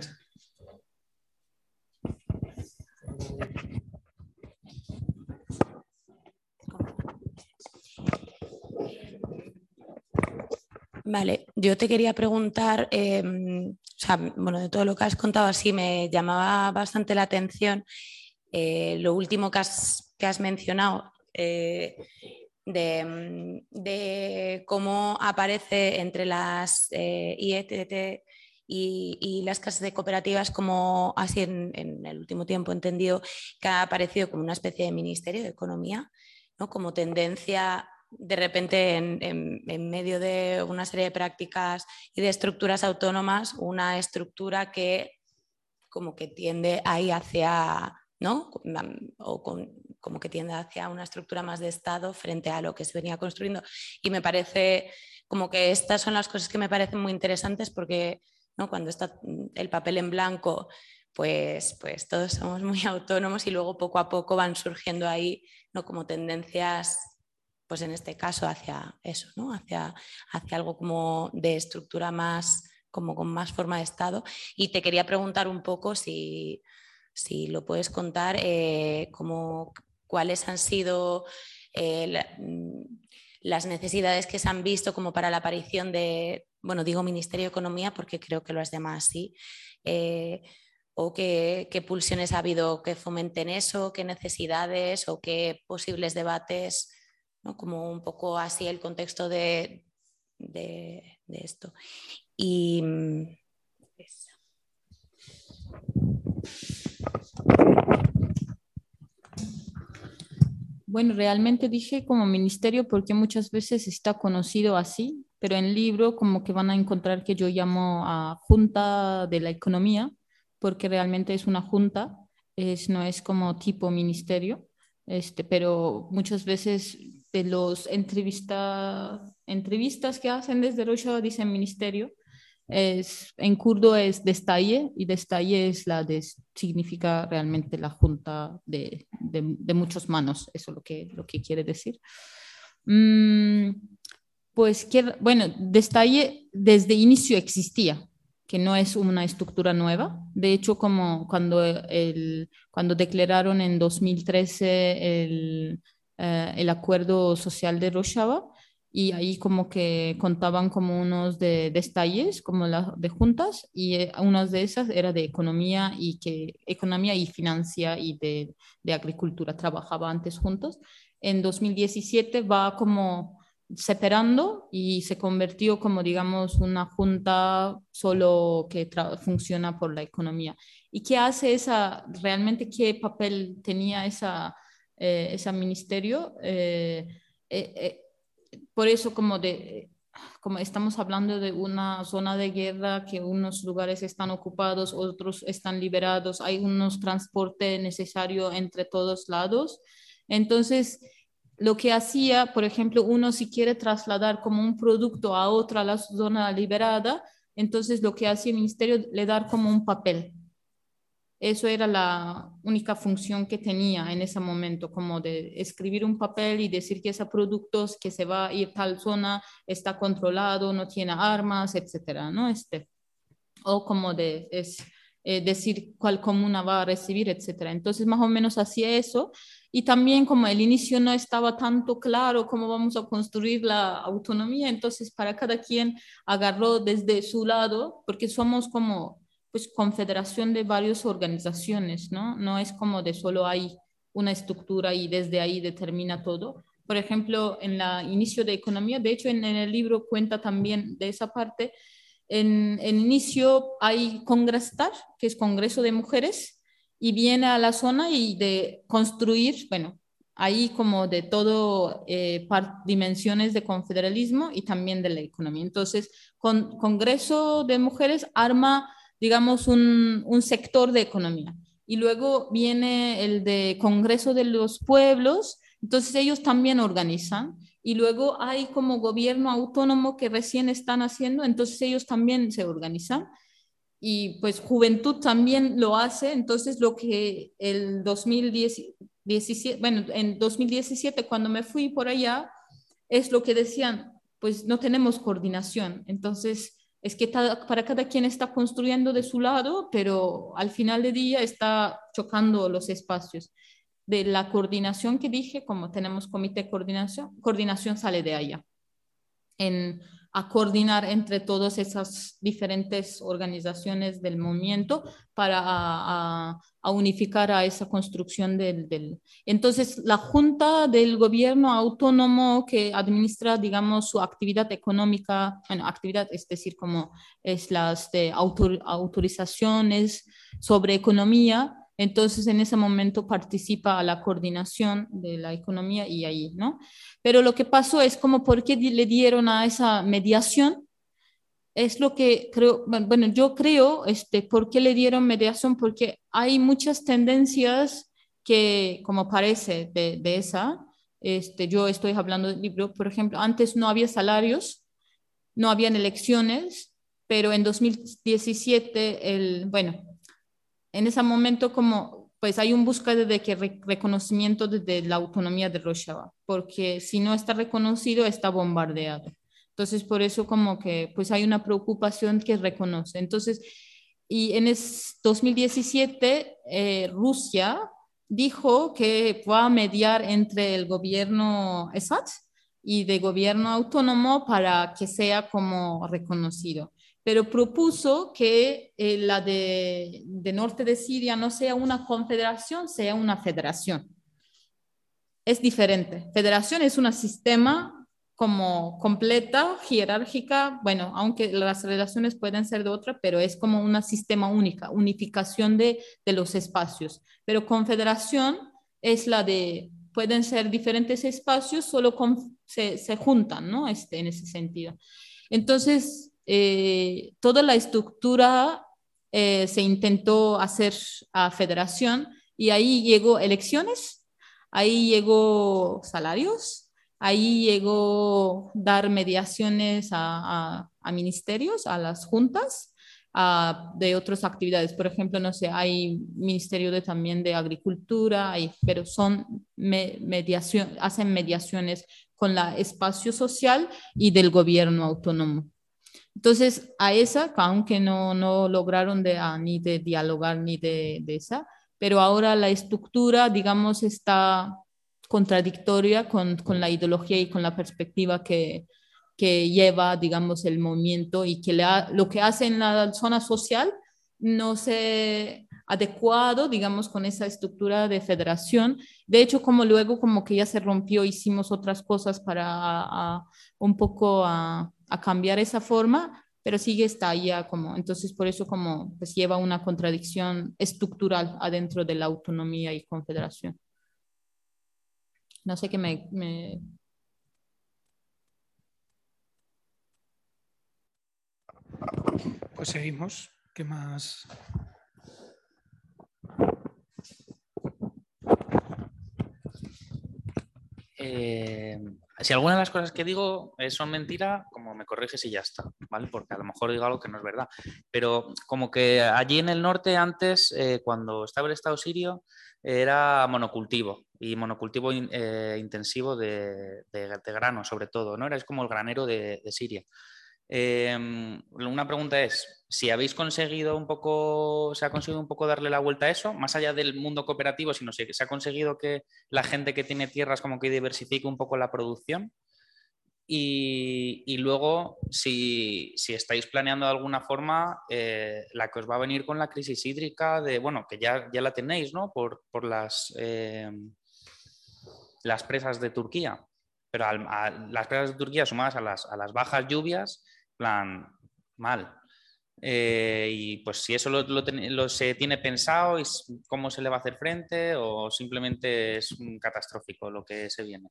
Vale, yo te quería preguntar, eh, o sea, bueno, de todo lo que has contado así me llamaba bastante la atención eh, lo último que has, que has mencionado eh, de, de cómo aparece entre las eh, I E T T y, y las casas de cooperativas, como así en, en el último tiempo he entendido que ha aparecido como una especie de Ministerio de Economía, ¿no? Como tendencia de repente en, en, en medio de una serie de prácticas y de estructuras autónomas, una estructura que como que tiende ahí hacia, ¿no? O con, como que tiende hacia una estructura más de Estado frente a lo que se venía construyendo. Y me parece como que estas son las cosas que me parecen muy interesantes porque, ¿no? Cuando está el papel en blanco, pues, pues todos somos muy autónomos y luego poco a poco van surgiendo ahí, ¿no? Como tendencias, pues en este caso hacia eso, ¿no? Hacia, hacia algo como de estructura más, como con más forma de Estado. Y te quería preguntar un poco si, si lo puedes contar, eh, como, cuáles han sido eh, la, las necesidades que se han visto como para la aparición de, bueno, digo Ministerio de Economía porque creo que lo has llamado así, eh, o qué, qué pulsiones ha habido que fomenten eso, qué necesidades o qué posibles debates, ¿no? Como un poco así el contexto de, de, de esto. Y eso. Bueno, realmente dije como ministerio porque muchas veces está conocido así, pero en el libro como que van a encontrar que yo llamo a Junta de la Economía, porque realmente es una junta, es, no es como tipo ministerio, este, pero muchas veces de los entrevista, entrevistas que hacen desde Rojava dicen ministerio, Es, en kurdo es destaye, y destaye es la de, significa realmente la junta de, de, de muchas manos, eso es lo que, lo que quiere decir. Mm, pues, que, bueno, destaye desde inicio existía, que no es una estructura nueva. De hecho, como cuando, el, cuando declararon en dos mil trece el, eh, el acuerdo social de Rojava, y ahí como que contaban como unos de detalles, como las de juntas, y eh, unas de esas era de economía y que economía y financia y de, de agricultura, trabajaba antes juntos. En dos mil diecisiete va como separando y se convirtió como, digamos, una junta solo que funciona por la economía. ¿Y qué hace esa, realmente qué papel tenía esa, eh, ese ministerio? Eh, eh, eh, por eso como de como estamos hablando de una zona de guerra, que unos lugares están ocupados, otros están liberados, hay unos transporte necesario entre todos lados. Entonces, lo que hacía, por ejemplo, uno si quiere trasladar como un producto a otra la zona liberada, entonces lo que hacía el ministerio le dar como un papel. Eso era la única función que tenía en ese momento, como de escribir un papel y decir que ese producto que se va a ir a tal zona está controlado, no tiene armas, etcétera, ¿no? Este, o como de es, eh, decir cuál comuna va a recibir, etcétera. Entonces, más o menos hacía eso. Y también como el inicio no estaba tanto claro cómo vamos a construir la autonomía, entonces para cada quien agarró desde su lado, porque somos como pues confederación de varias organizaciones, ¿no? No es como de solo hay una estructura y desde ahí determina todo. Por ejemplo, en el inicio de economía, de hecho en, en el libro cuenta también de esa parte, en el inicio hay Congrestar, que es Congreso de Mujeres, y viene a la zona y de construir, bueno, ahí como de todo, eh, dimensiones de confederalismo y también de la economía. Entonces, con Congreso de Mujeres arma digamos, un, un sector de economía. Y luego viene el de Congreso de los Pueblos, entonces ellos también organizan. Y luego hay como gobierno autónomo que recién están haciendo, entonces ellos también se organizan. Y pues Juventud también lo hace, entonces lo que el dos mil diecisiete, bueno, en dos mil diecisiete cuando me fui por allá, es lo que decían, pues no tenemos coordinación, entonces es que para cada quien está construyendo de su lado, pero al final del día está chocando los espacios. De la coordinación que dije, como tenemos comité de coordinación, coordinación sale de allá, en, a coordinar entre todas esas diferentes organizaciones del movimiento para a, a, a unificar a esa construcción del, del... Entonces, la Junta del Gobierno Autónomo que administra, digamos, su actividad económica, bueno, actividad, es decir, como es las de autor, autorizaciones sobre economía, entonces en ese momento participa a la coordinación de la economía y ahí, ¿no? Pero lo que pasó es como, ¿por qué le dieron a esa mediación? Es lo que creo, bueno, yo creo, este, ¿por qué le dieron mediación? Porque hay muchas tendencias que, como parece de, de esa, este, yo estoy hablando del libro, por ejemplo, antes no había salarios, no habían elecciones, pero en dos mil diecisiete, el, bueno, en ese momento como pues hay un búsqueda de que re reconocimiento de, de la autonomía de Rojava, porque si no está reconocido está bombardeado. Entonces por eso como que pues hay una preocupación que reconoce. Entonces, y en es dos mil diecisiete eh, Rusia dijo que va a mediar entre el gobierno Assad y de gobierno autónomo para que sea como reconocido, pero propuso que eh, la de, de norte de Siria no sea una confederación, sea una federación. Es diferente. Federación es un sistema como completa, jerárquica, bueno, aunque las relaciones pueden ser de otra, pero es como un sistema única, unificación de, de los espacios. Pero confederación es la de, pueden ser diferentes espacios, solo con, se, se juntan, ¿no? Este, en ese sentido. Entonces, Eh, toda la estructura eh, se intentó hacer a federación y ahí llegó elecciones, ahí llegó salarios, Ahí llegó a dar mediaciones a, a, a ministerios, a las juntas, a, de otras actividades. Por ejemplo, no sé, hay ministerio de, también de agricultura, hay, pero son me, mediación, hacen mediaciones con el espacio social y del gobierno autónomo. Entonces, a esa, aunque no, no lograron de, ah, ni de dialogar ni de, de esa, pero ahora la estructura, digamos, está contradictoria con, con la ideología y con la perspectiva que, que lleva, digamos, el movimiento y que le ha, lo que hace en la zona social no se adecuado, digamos, con esa estructura de federación. De hecho, como luego como que ya se rompió, hicimos otras cosas para a, a, un poco a, a cambiar esa forma, pero sigue está ya como, entonces por eso como pues lleva una contradicción estructural adentro de la autonomía y confederación. No sé qué me... me... Pues seguimos. ¿Qué más? Eh, si alguna de las cosas que digo son mentira, como me corriges y ya está, ¿vale? Porque a lo mejor digo algo que no es verdad. Pero como que allí en el norte antes, eh, cuando estaba el Estado sirio, era monocultivo y monocultivo in, eh, intensivo de, de, de grano sobre todo, ¿no? Era es como el granero de, de Siria. Eh, una pregunta es, si habéis conseguido un poco, se ha conseguido un poco darle la vuelta a eso, más allá del mundo cooperativo, sino si se ha conseguido que la gente que tiene tierras como que diversifique un poco la producción. Y, y luego, si, si estáis planeando de alguna forma eh, la que os va a venir con la crisis hídrica, de, bueno, que ya, ya la tenéis, ¿no? Por, por las, eh, las presas de Turquía. Pero al, a las presas de Turquía sumadas a las, a las bajas lluvias, plan, mal. Eh, y pues si eso lo, lo, lo se tiene pensado y cómo se le va a hacer frente o simplemente es un catastrófico lo que se viene.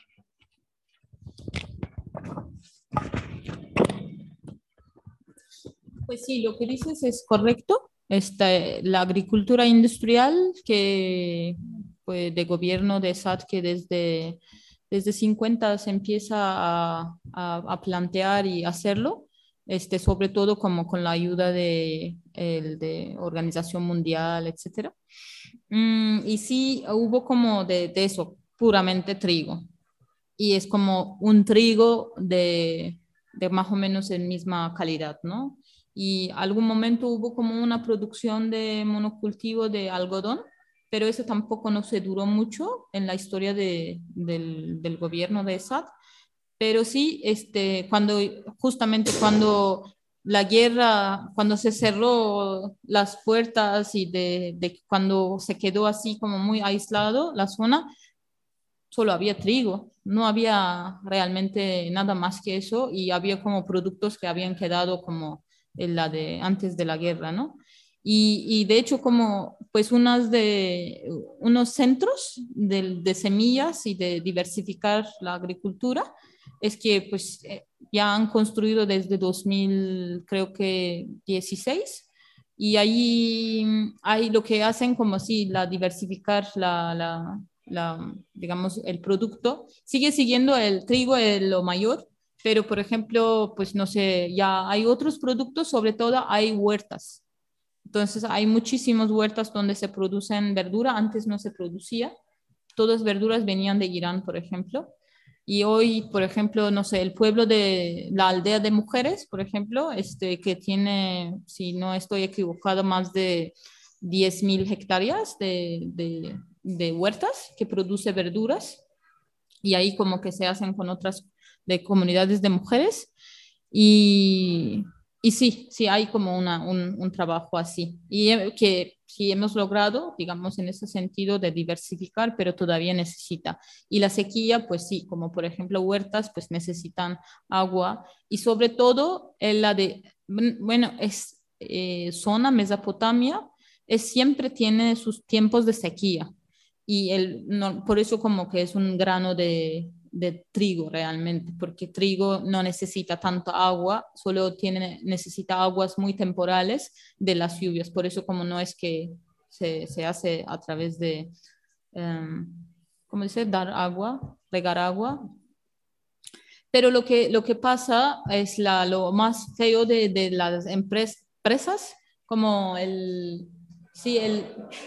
Pues sí, lo que dices es correcto. Esta, la agricultura industrial que pues, de gobierno de Assad que desde desde cincuenta se empieza a, a, a plantear y hacerlo, este, sobre todo como con la ayuda de, el, de Organización Mundial, etcétera. Mm, y sí, hubo como de, de eso, puramente trigo. Y es como un trigo de, de más o menos en misma calidad, ¿no? Y algún momento hubo como una producción de monocultivo de algodón, pero eso tampoco no se duró mucho en la historia de, del, del gobierno de Assad. Pero sí, este, cuando, justamente cuando la guerra, cuando se cerró las puertas y de, de cuando se quedó así como muy aislado la zona, solo había trigo, no había realmente nada más que eso y había como productos que habían quedado como en la de antes de la guerra, ¿no? Y, y de hecho como pues unas de, unos centros de, de semillas y de diversificar la agricultura es que pues ya han construido desde dos mil, creo que dieciséis, y ahí hay lo que hacen como así, la diversificar la, la, la, digamos, el producto. Sigue siguiendo el trigo, el, lo mayor, pero por ejemplo, pues no sé, ya hay otros productos, sobre todo hay huertas. Entonces hay muchísimas huertas donde se producen verdura, antes no se producía, todas verduras venían de Irán, por ejemplo. Y hoy, por ejemplo, no sé, el pueblo de la aldea de mujeres, por ejemplo, este, que tiene, si no estoy equivocado, más de diez mil hectáreas de, de, de huertas que produce verduras. Y ahí como que se hacen con otras de comunidades de mujeres. Y, y sí, sí hay como una, un, un trabajo así. Y que sí hemos logrado, digamos, en ese sentido de diversificar, pero todavía necesita. Y la sequía, pues sí, como por ejemplo huertas, pues necesitan agua. Y sobre todo, en la de, bueno, es eh, zona Mesopotamia, es, siempre tiene sus tiempos de sequía. Y el, no, por eso como que es un grano de, de trigo realmente, porque trigo no necesita tanto agua, solo tiene, necesita aguas muy temporales de las lluvias, por eso como no es que se, se hace a través de, um, ¿cómo dice? Dar agua, regar agua, Pero lo que, lo que pasa es la, lo más feo de, de las empresas, empresas como el... Sí, el...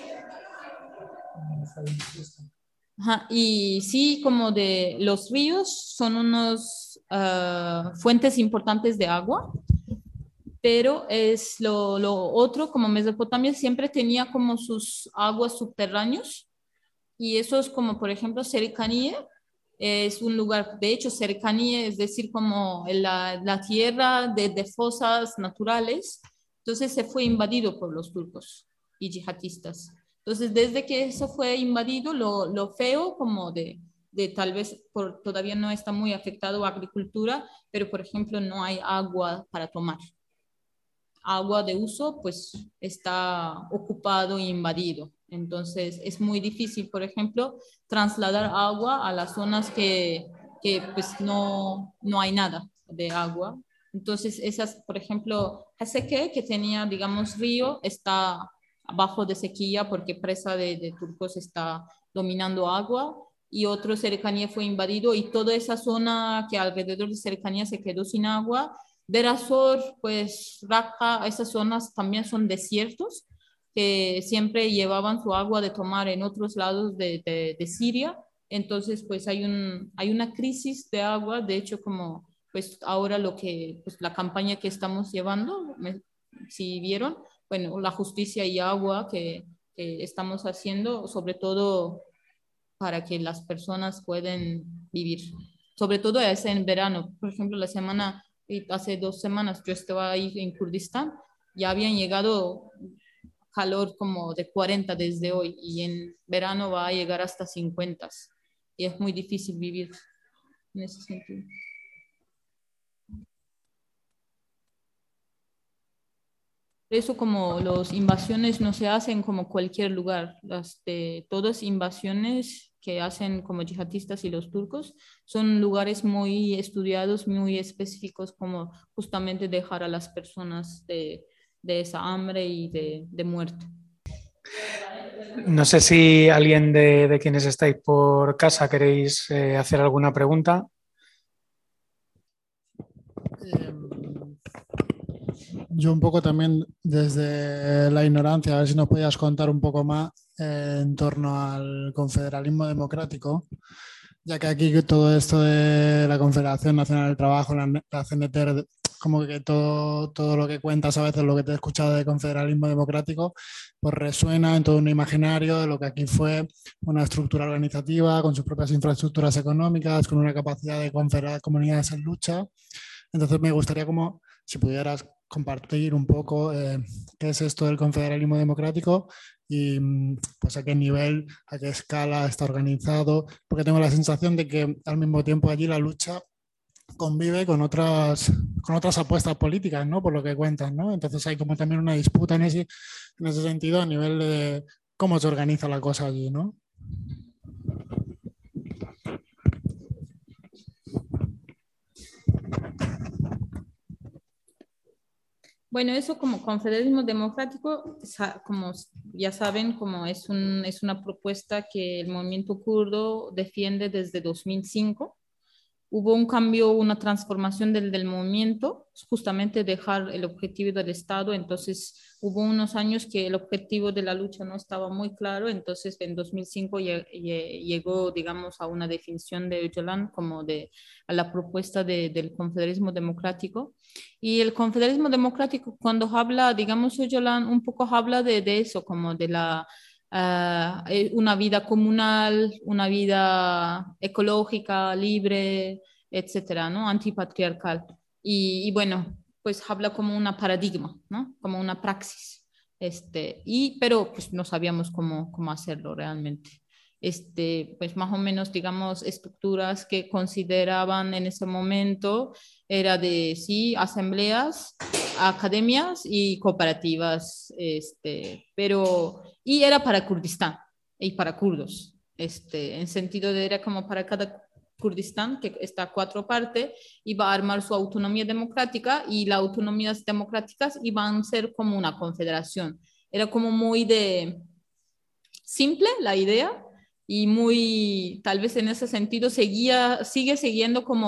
Ajá, y sí, como de los ríos son unos uh, fuentes importantes de agua, pero es lo, lo otro, como Mesopotamia siempre tenía como sus aguas subterráneos, y eso es como, por ejemplo, cercanía, es un lugar, de hecho, cercanía, es decir, como la, la tierra de, de fosas naturales, entonces se fue invadido por los turcos y yihadistas. Entonces, desde que eso fue invadido, lo, lo feo como de, de tal vez por, todavía no está muy afectado a agricultura, pero por ejemplo no hay agua para tomar. Agua de uso pues está ocupado e invadido. Entonces es muy difícil, por ejemplo, trasladar agua a las zonas que, que pues no, no hay nada de agua. Entonces esas, por ejemplo, Haseke, que tenía, digamos, río, está abajo de sequía porque presa de, de turcos está dominando agua, y otro cercanía fue invadido y toda esa zona que alrededor de cercanía se quedó sin agua. Derasor, pues Raqqa, esas zonas también son desiertos que siempre llevaban su agua de tomar en otros lados de, de, de Siria. Entonces, pues hay, un, hay una crisis de agua. De hecho, como pues ahora lo que, pues la campaña que estamos llevando, me, si vieron, bueno, la justicia y agua que, que estamos haciendo, sobre todo para que las personas puedan vivir. Sobre todo es en verano. Por ejemplo, la semana, hace dos semanas yo estaba ahí en Kurdistán, ya habían llegado calor como de cuarenta desde hoy, y en verano va a llegar hasta cincuenta. Y es muy difícil vivir en ese sentido. Por eso como las invasiones no se hacen como cualquier lugar, las de todas invasiones que hacen como yihadistas y los turcos son lugares muy estudiados, muy específicos, como justamente dejar a las personas de, de esa hambre y de, de muerte. No sé si alguien de, de quienes estáis por casa queréis eh, hacer alguna pregunta. Yo un poco también desde la ignorancia, a ver si nos podías contar un poco más eh, en torno al confederalismo democrático, ya que aquí todo esto de la Confederación Nacional del Trabajo, la, la C N T R, como que todo, todo lo que cuentas a veces, lo que te he escuchado de confederalismo democrático, pues resuena en todo un imaginario de lo que aquí fue una estructura organizativa con sus propias infraestructuras económicas, con una capacidad de confederar comunidades en lucha. Entonces me gustaría como si pudieras compartir un poco eh, qué es esto del confederalismo democrático y pues a qué nivel, a qué escala está organizado, porque tengo la sensación de que al mismo tiempo allí la lucha convive con otras, con otras apuestas políticas, ¿no? Por lo que cuentas, ¿no? Entonces hay como también una disputa en ese, en ese sentido a nivel de cómo se organiza la cosa allí, ¿no? Bueno, eso como confederalismo democrático, como ya saben, como es, un, es una propuesta que el movimiento kurdo defiende desde dos mil cinco. Hubo un cambio, una transformación del, del movimiento, justamente dejar el objetivo del Estado. Entonces hubo unos años que el objetivo de la lucha no estaba muy claro, entonces en dos mil cinco llegó, digamos, a una definición de Öcalan como de a la propuesta de, del confederalismo democrático. Y el confederalismo democrático, cuando habla, digamos, Öcalan un poco habla de, de eso, como de la Uh, una vida comunal, una vida ecológica, libre, etcétera, ¿no? Antipatriarcal. Y, y bueno, pues habla como una paradigma, ¿no? Como una praxis. Este, y, pero pues no sabíamos cómo, cómo hacerlo realmente. Este, pues más o menos, digamos, estructuras que consideraban en ese momento era de, sí, asambleas, academias y cooperativas, este, pero, y era para Kurdistán y para kurdos, este, en sentido de era como para cada Kurdistán, que está a cuatro partes, iba a armar su autonomía democrática, y las autonomías democráticas iban a ser como una confederación. Era como muy de simple la idea, y muy, tal vez en ese sentido, seguía, sigue siguiendo como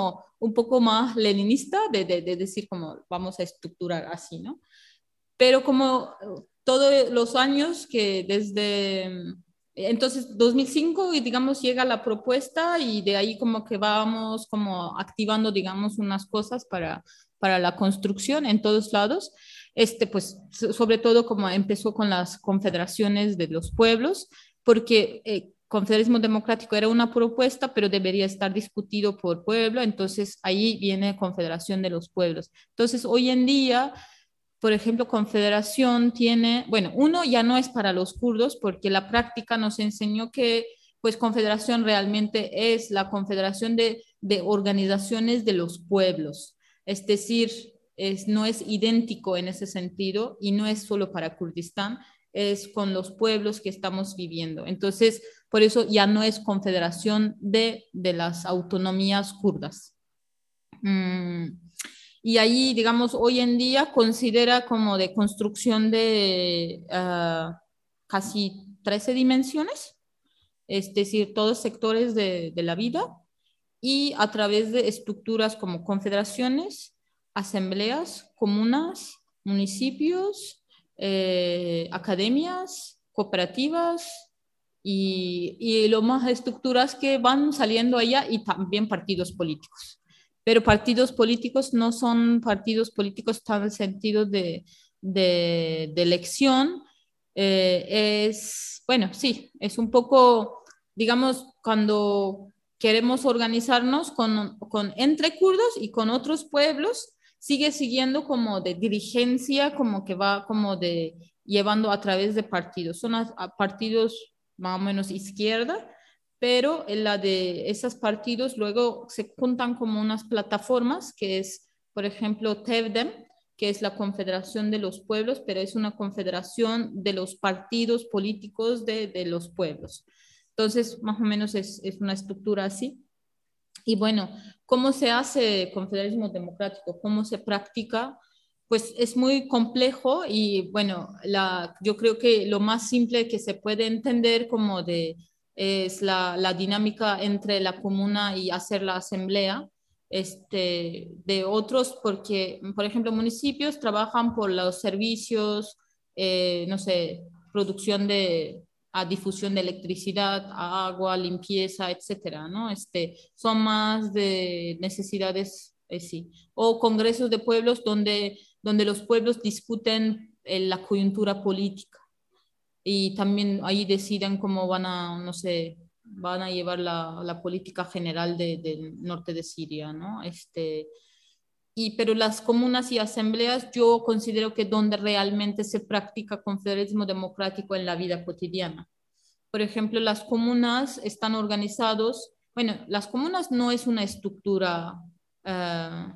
un poco más leninista de, de, de decir como vamos a estructurar así, ¿no? Pero como todos los años que desde, entonces dos mil cinco y digamos llega la propuesta y de ahí como que vamos como activando digamos unas cosas para, para la construcción en todos lados, este pues sobre todo como empezó con las confederaciones de los pueblos, porque eh, confederalismo democrático era una propuesta, pero debería estar discutido por pueblo, entonces ahí viene Confederación de los Pueblos. Entonces hoy en día, por ejemplo, Confederación tiene, bueno, uno ya no es para los kurdos, porque la práctica nos enseñó que pues Confederación realmente es la confederación de, de organizaciones de los pueblos, es decir, es, no es idéntico en ese sentido y no es solo para Kurdistán, es con los pueblos que estamos viviendo. Entonces, por eso ya no es confederación de, de las autonomías kurdas. Mm, y ahí, digamos, hoy en día considera como de construcción de uh, casi trece dimensiones, es decir, todos sectores de, de la vida, y a través de estructuras como confederaciones, asambleas, comunas, municipios, eh, academias, cooperativas y, y lo más estructuras que van saliendo allá y también partidos políticos. Pero partidos políticos no son partidos políticos tan en el sentido de, de, de elección. Eh, es, bueno, sí, es un poco, digamos, cuando queremos organizarnos con, con, entre kurdos y con otros pueblos, sigue siguiendo como de dirigencia, como que va como de llevando a través de partidos. Son a, a partidos más o menos izquierda, pero en la de esos partidos luego se juntan como unas plataformas, que es, por ejemplo, TEVDEM, que es la Confederación de los Pueblos, pero es una confederación de los partidos políticos de, de los pueblos. Entonces, más o menos es, es una estructura así. Y bueno, ¿cómo se hace confederalismo democrático? ¿Cómo se practica? Pues es muy complejo y bueno, la, yo creo que lo más simple que se puede entender como de, es la, la dinámica entre la comuna y hacer la asamblea. Este, de otros, porque, por ejemplo, municipios trabajan por los servicios, eh, no sé, producción de, a difusión de electricidad, a agua, limpieza, etcétera, ¿no? Este, son más de necesidades, eh, sí. O congresos de pueblos donde, donde los pueblos discuten eh, la coyuntura política y también ahí deciden cómo van a, no sé, van a llevar la, la política general de, del norte de Siria, ¿no? Este, y, pero las comunas y asambleas yo considero que donde realmente se practica confederalismo democrático en la vida cotidiana. Por ejemplo, las comunas están organizados, bueno, las comunas no es una estructura uh,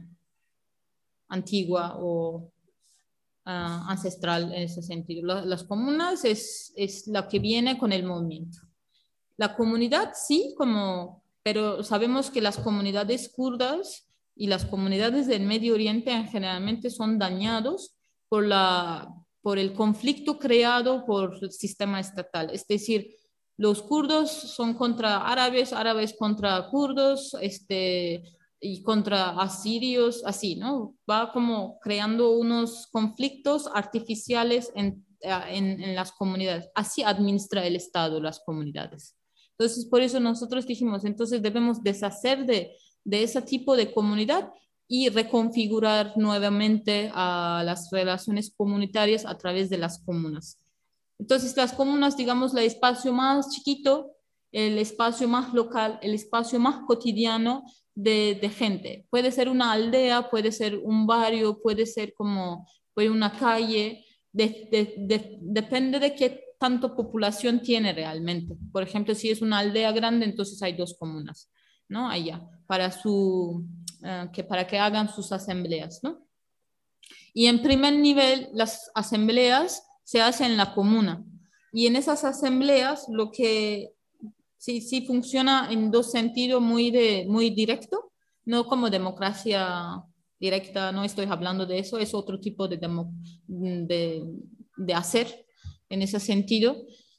antigua o uh, ancestral en ese sentido. La, las comunas es, es la que viene con el movimiento. La comunidad sí, como, pero sabemos que las comunidades kurdas y las comunidades del Medio Oriente generalmente son dañados por, la, por el conflicto creado por el sistema estatal. Es decir, los kurdos son contra árabes, árabes contra kurdos, este, y contra asirios, así, ¿no? Va como creando unos conflictos artificiales en, en, en las comunidades. Así administra el Estado las comunidades. Entonces, por eso nosotros dijimos, entonces debemos deshacer de, de ese tipo de comunidad y reconfigurar nuevamente a las relaciones comunitarias a través de las comunas. Entonces, las comunas, digamos, el espacio más chiquito, el espacio más local, el espacio más cotidiano de, de gente. Puede ser una aldea, puede ser un barrio, puede ser como puede una calle, de, de, de, depende de qué tanto población tiene realmente. Por ejemplo, si es una aldea grande, entonces hay dos comunas, ¿no? Allá, para, su, uh, que, para que hagan sus asambleas, ¿no? Y en primer nivel, las asambleas se hacen en la comuna. Y en esas asambleas, lo que sí, sí funciona en dos sentidos muy, de, muy directo, no como democracia directa, no estoy hablando de eso, es otro tipo de, demo, de, de hacer en ese sentido,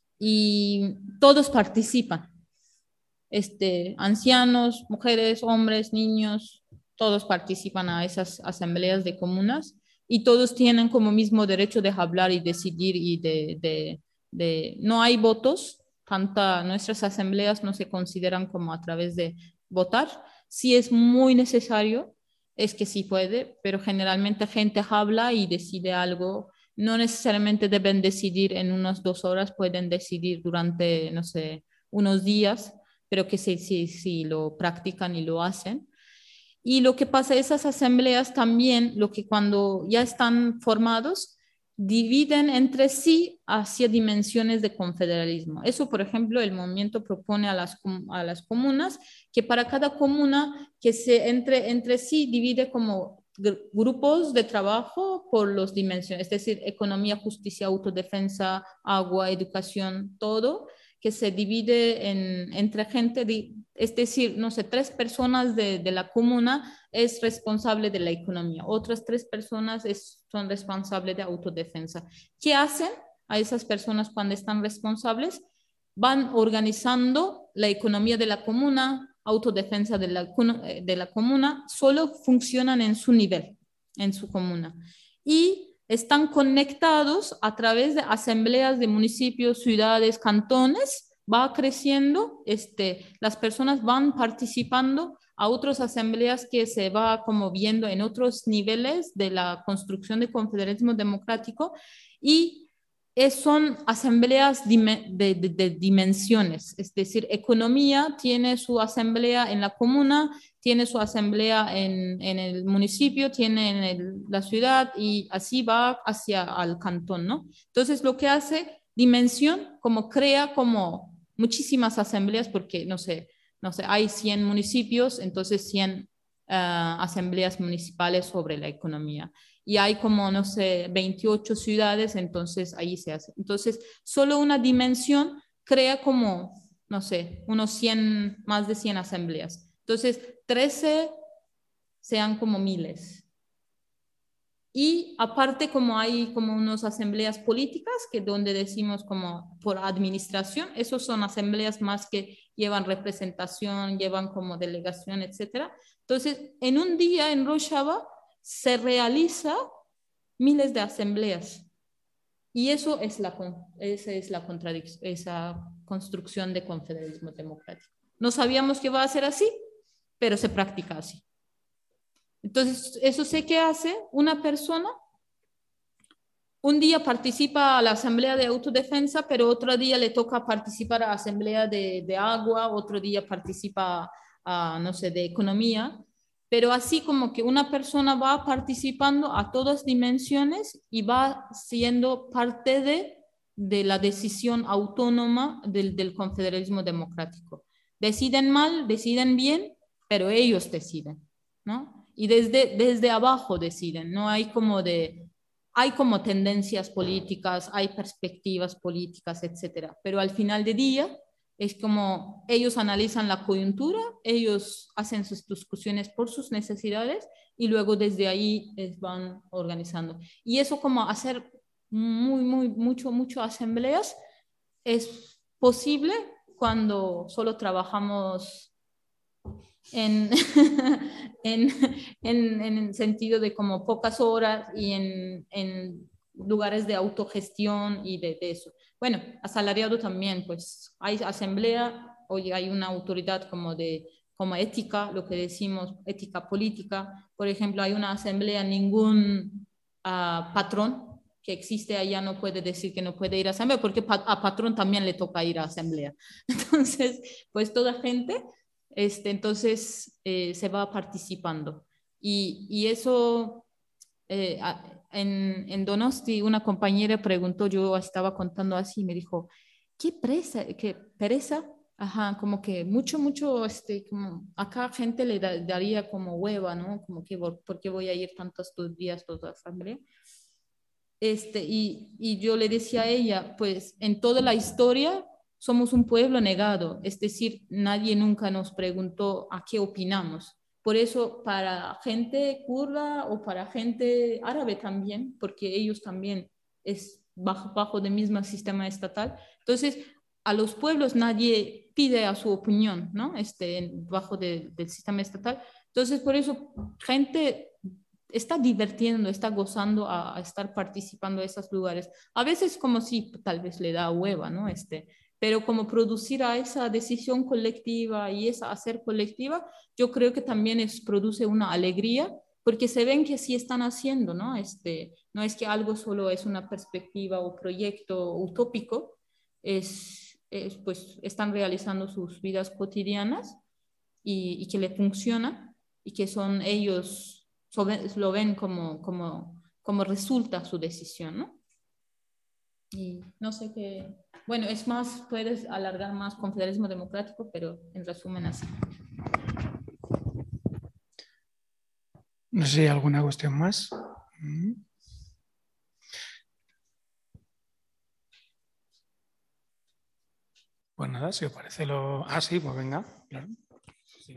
y todos participan, este, ancianos, mujeres, hombres, niños, todos participan a esas asambleas de comunas y todos tienen como mismo derecho de hablar y decidir y de, de, de no hay votos, tanta, nuestras asambleas no se consideran como a través de votar. Si es muy necesario, es que sí puede, pero generalmente gente habla y decide algo. No necesariamente deben decidir en unas dos horas, pueden decidir durante, no sé, unos días, pero que sí, sí, sí lo practican y lo hacen. Y lo que pasa, esas asambleas también, lo que cuando ya están formados, dividen entre sí hacia dimensiones de confederalismo. Eso, por ejemplo, el movimiento propone a las, a las comunas que para cada comuna que se entre, entre sí divide como grupos de trabajo por las dimensiones, es decir, economía, justicia, autodefensa, agua, educación, todo, que se divide en, entre gente, de, es decir, no sé, tres personas de, de la comuna es responsable de la economía, otras tres personas es, son responsables de autodefensa. ¿Qué hacen a esas personas cuando están responsables? Van organizando la economía de la comuna, autodefensa de la, de la comuna, solo funcionan en su nivel, en su comuna. Y están conectados a través de asambleas de municipios, ciudades, cantones, va creciendo, este, las personas van participando a otras asambleas que se va como viendo en otros niveles de la construcción de confederalismo democrático y es, son asambleas de, de, de dimensiones, es decir, economía tiene su asamblea en la comuna, tiene su asamblea en, en el municipio, tiene en el, la ciudad y así va hacia el cantón, ¿no? Entonces lo que hace dimensión, como crea como muchísimas asambleas, porque no sé, no sé, hay cien municipios, entonces cien uh, asambleas municipales sobre la economía. Y hay como, no sé, veintiocho ciudades, entonces ahí se hace. Entonces, solo una dimensión crea como, no sé, unos cien, más de cien asambleas. Entonces, trece sean como miles. Y aparte como hay como unas asambleas políticas que donde decimos como por administración, esos son asambleas más que llevan representación, llevan como delegación, etcétera. Entonces, en un día en Rojava se realiza miles de asambleas. Y eso es la, esa es la contradicción, esa construcción de confederalismo democrático. No sabíamos que iba a ser así, pero se practica así. Entonces, eso sé que hace una persona. Un día participa a la asamblea de autodefensa, pero otro día le toca participar a la asamblea de, de agua, otro día participa a, no sé, de economía. Pero así como que una persona va participando a todas dimensiones y va siendo parte de, de la decisión autónoma del, del confederalismo democrático. Deciden mal, deciden bien, pero ellos deciden, ¿no? Y desde, desde abajo deciden, no hay como de, hay como tendencias políticas, hay perspectivas políticas, etcétera. Pero al final del día es como ellos analizan la coyuntura, ellos hacen sus discusiones por sus necesidades y luego desde ahí les van organizando. Y eso como hacer muy, muy, mucho, mucho asambleas es posible cuando solo trabajamos en, en, en, en el sentido de como pocas horas y en, en lugares de autogestión y de, de eso. Bueno, asalariado también, pues hay asamblea, hoy hay una autoridad como de como ética, lo que decimos ética política. Por ejemplo, hay una asamblea, ningún uh, patrón que existe allá no puede decir que no puede ir a asamblea, porque a patrón también le toca ir a asamblea. Entonces, pues toda gente, este, entonces eh, se va participando. Y, y eso... Eh, en, en Donosti una compañera preguntó, yo estaba contando así, me dijo, ¿qué presa, qué pereza? Ajá, como que mucho, mucho, este, como acá gente le da, daría como hueva, ¿no? Como que, ¿por qué voy a ir tantos días toda la asamblea? Este, y, y yo le decía a ella, pues en toda la historia somos un pueblo negado, es decir, nadie nunca nos preguntó a qué opinamos. Por eso, para gente kurda o para gente árabe también, porque ellos también es bajo, bajo el mismo sistema estatal. Entonces, a los pueblos nadie pide a su opinión, ¿no? Este, bajo de, del sistema estatal. Entonces, por eso, gente está divirtiendo, está gozando a, a estar participando en esos lugares. A veces como si tal vez le da hueva, ¿no? Este, pero como producir a esa decisión colectiva y esa hacer colectiva, yo creo que también es, produce una alegría, porque se ven que sí están haciendo, ¿no? Este, no es que algo solo es una perspectiva o proyecto utópico, es, es pues están realizando sus vidas cotidianas y, y que le funciona y que son ellos lo ven como, como, como resulta su decisión, ¿no? Y no sé qué, bueno, es más, puedes alargar más con federalismo democrático, pero en resumen así. No sé si hay alguna cuestión más. Pues nada, si os parece lo... Ah, sí, pues venga, claro. Sí.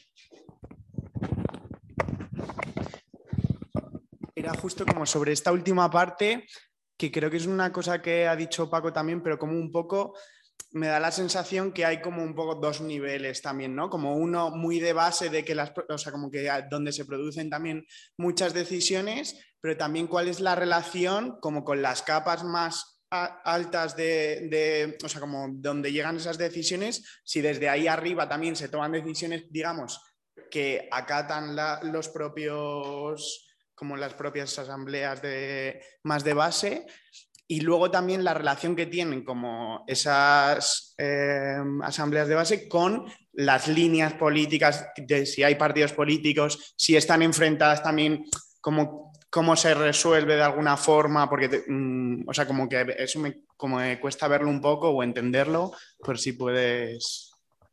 Era justo como sobre esta última parte, que creo que es una cosa que ha dicho Paco también, pero como un poco me da la sensación que hay como un poco dos niveles también, ¿no? Como uno muy de base de que las, o sea, como que donde se producen también muchas decisiones, pero también cuál es la relación como con las capas más altas de, de, o sea, como donde llegan esas decisiones, si desde ahí arriba también se toman decisiones, digamos, que acatan la, los propios... como las propias asambleas de, más de base, y luego también la relación que tienen como esas eh, asambleas de base con las líneas políticas, de si hay partidos políticos, si están enfrentadas también, como, cómo se resuelve de alguna forma, porque, te, mm, o sea, como que eso me, como me cuesta verlo un poco o entenderlo, por si puedes...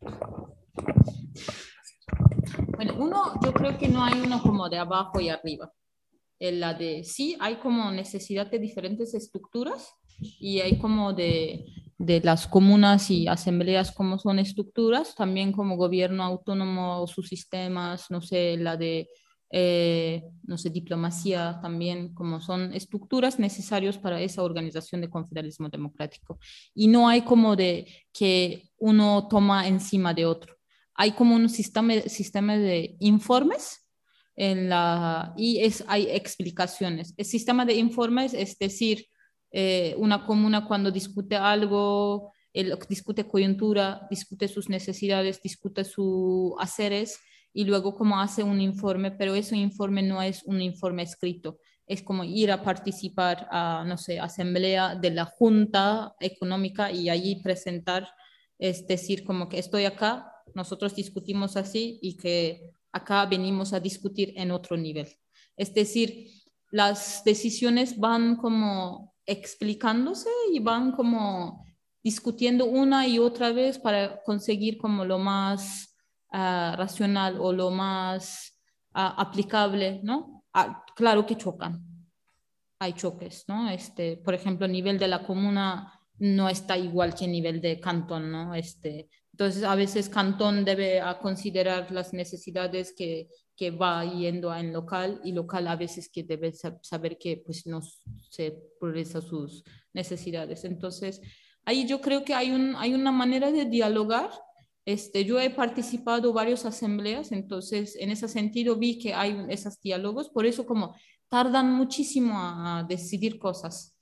Bueno, uno, yo creo que no hay uno como de abajo y arriba. En la de sí hay como necesidad de diferentes estructuras y hay como de, de las comunas y asambleas como son estructuras, también como gobierno autónomo, sus sistemas, no sé, la de, eh, no sé, diplomacia también, como son estructuras necesarias para esa organización de confederalismo democrático. Y no hay como de que uno toma encima de otro. Hay como un sistema, sistema de informes en la, y es, hay explicaciones. El sistema de informes, es decir, eh, una comuna cuando discute algo, el, discute coyuntura, discute sus necesidades, discute sus haceres y luego como hace un informe, pero ese informe no es un informe escrito. Es como ir a participar a, no sé, asamblea de la Junta Económica y allí presentar, es decir, como que estoy acá, nosotros discutimos así y que acá venimos a discutir en otro nivel. Es decir, las decisiones van como explicándose y van como discutiendo una y otra vez para conseguir como lo más uh, racional o lo más uh, aplicable, ¿no? Ah, claro que chocan, hay choques, ¿no? Este, por ejemplo, el nivel de la comuna no está igual que el nivel de cantón, ¿no? Este, entonces, a veces Cantón debe a considerar las necesidades que, que va yendo en local y local a veces que debe saber que pues, no se prioriza sus necesidades. Entonces, ahí yo creo que hay, un, hay una manera de dialogar. Este, yo he participado en varias asambleas, entonces en ese sentido vi que hay esos diálogos, por eso como tardan muchísimo a decidir cosas.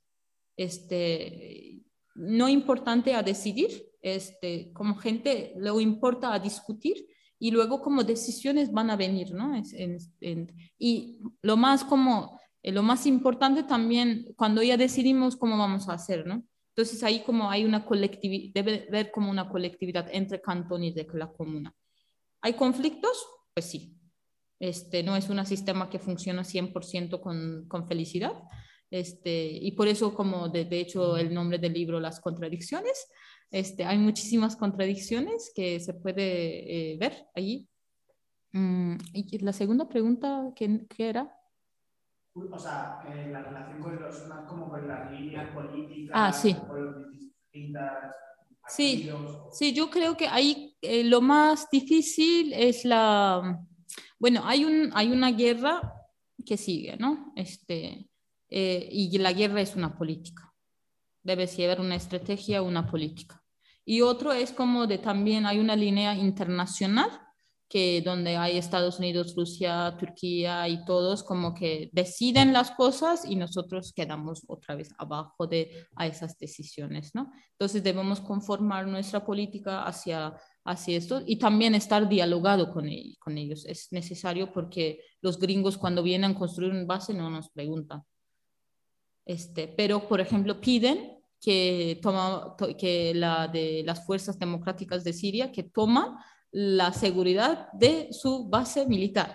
Este, no importante a decidir, este, como gente lo importa a discutir y luego como decisiones van a venir, ¿no? Es, en, en, y lo más como, eh, lo más importante también cuando ya decidimos cómo vamos a hacer, ¿no? Entonces ahí como hay una colectividad, debe ver como una colectividad entre cantón y de la comuna. ¿Hay conflictos? Pues sí. Este, no es un sistema que funciona cien por ciento con, con felicidad. Este, y por eso como de, de hecho el nombre del libro, Las contradicciones, este, hay muchísimas contradicciones que se puede eh, ver allí. Mm, y la segunda pregunta, ¿qué, qué era? O sea, eh, la relación con los, más como con las líneas políticas, ah, sí. con los distintas sí, partidos. Sí, yo creo que ahí eh, lo más difícil es la... Bueno, hay, un, hay una guerra que sigue, ¿no? Este, eh, y la guerra es una política. Debe ser una estrategia, una política. Y otro es como de también hay una línea internacional que donde hay Estados Unidos, Rusia, Turquía y todos como que deciden las cosas y nosotros quedamos otra vez abajo de a esas decisiones, ¿no? Entonces debemos conformar nuestra política hacia, hacia esto y también estar dialogado con, el, con ellos. Es necesario porque los gringos cuando vienen a construir una base no nos preguntan. Este, pero, por ejemplo, piden que, toma, to, que la de las fuerzas democráticas de Siria que toman la seguridad de su base militar.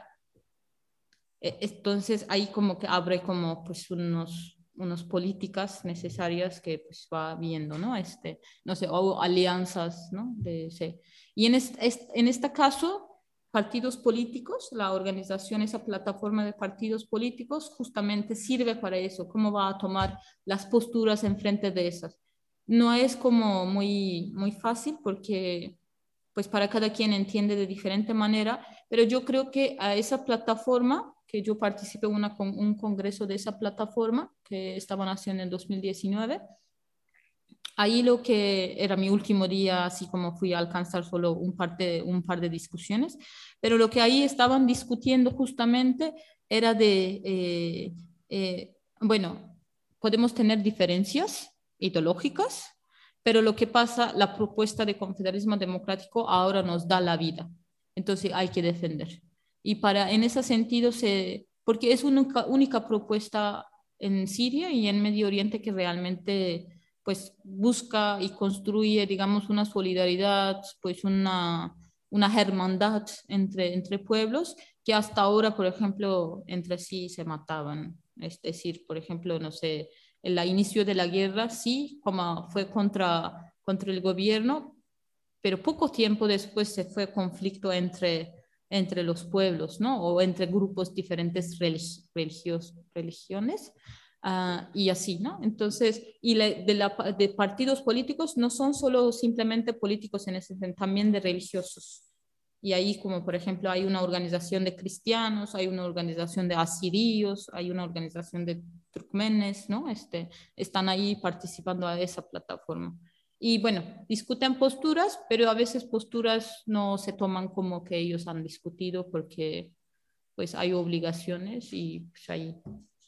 Entonces ahí como que abre como pues unos, unas políticas necesarias que pues va viendo, ¿no? Este, no sé, o alianzas, ¿no? De, sí. Y en este, en este caso, partidos políticos, la organización, esa plataforma de partidos políticos justamente sirve para eso, cómo va a tomar las posturas en frente de esas. No es como muy, muy fácil porque pues para cada quien entiende de diferente manera, pero yo creo que a esa plataforma, que yo participé en una, un congreso de esa plataforma que estaban haciendo en dos mil diecinueve, ahí lo que era mi último día, así como fui a alcanzar solo un par de, un par de discusiones, pero lo que ahí estaban discutiendo justamente era de, eh, eh, bueno, podemos tener diferencias ideológicas, pero lo que pasa, la propuesta de confederalismo democrático ahora nos da la vida. Entonces hay que defender. Y para, en ese sentido, se, porque es una única, única propuesta en Siria y en Medio Oriente que realmente pues, busca y construye, digamos, una solidaridad, pues una, una hermandad entre, entre pueblos que hasta ahora, por ejemplo, entre sí se mataban. Es decir, por ejemplo, no sé, el inicio de la guerra, sí, como fue contra, contra el gobierno, pero poco tiempo después se fue conflicto entre, entre los pueblos, ¿no? O entre grupos diferentes religios, religios, religiones, uh, y así, ¿no? Entonces, y la, de, la, de partidos políticos no son solo simplemente políticos en ese sentido, también de religiosos. Y ahí, como por ejemplo, hay una organización de cristianos, hay una organización de asiríos, hay una organización de turcmenes, ¿no? Este, están ahí participando a esa plataforma. Y bueno, discuten posturas, pero a veces posturas no se toman como que ellos han discutido porque pues hay obligaciones y pues ahí.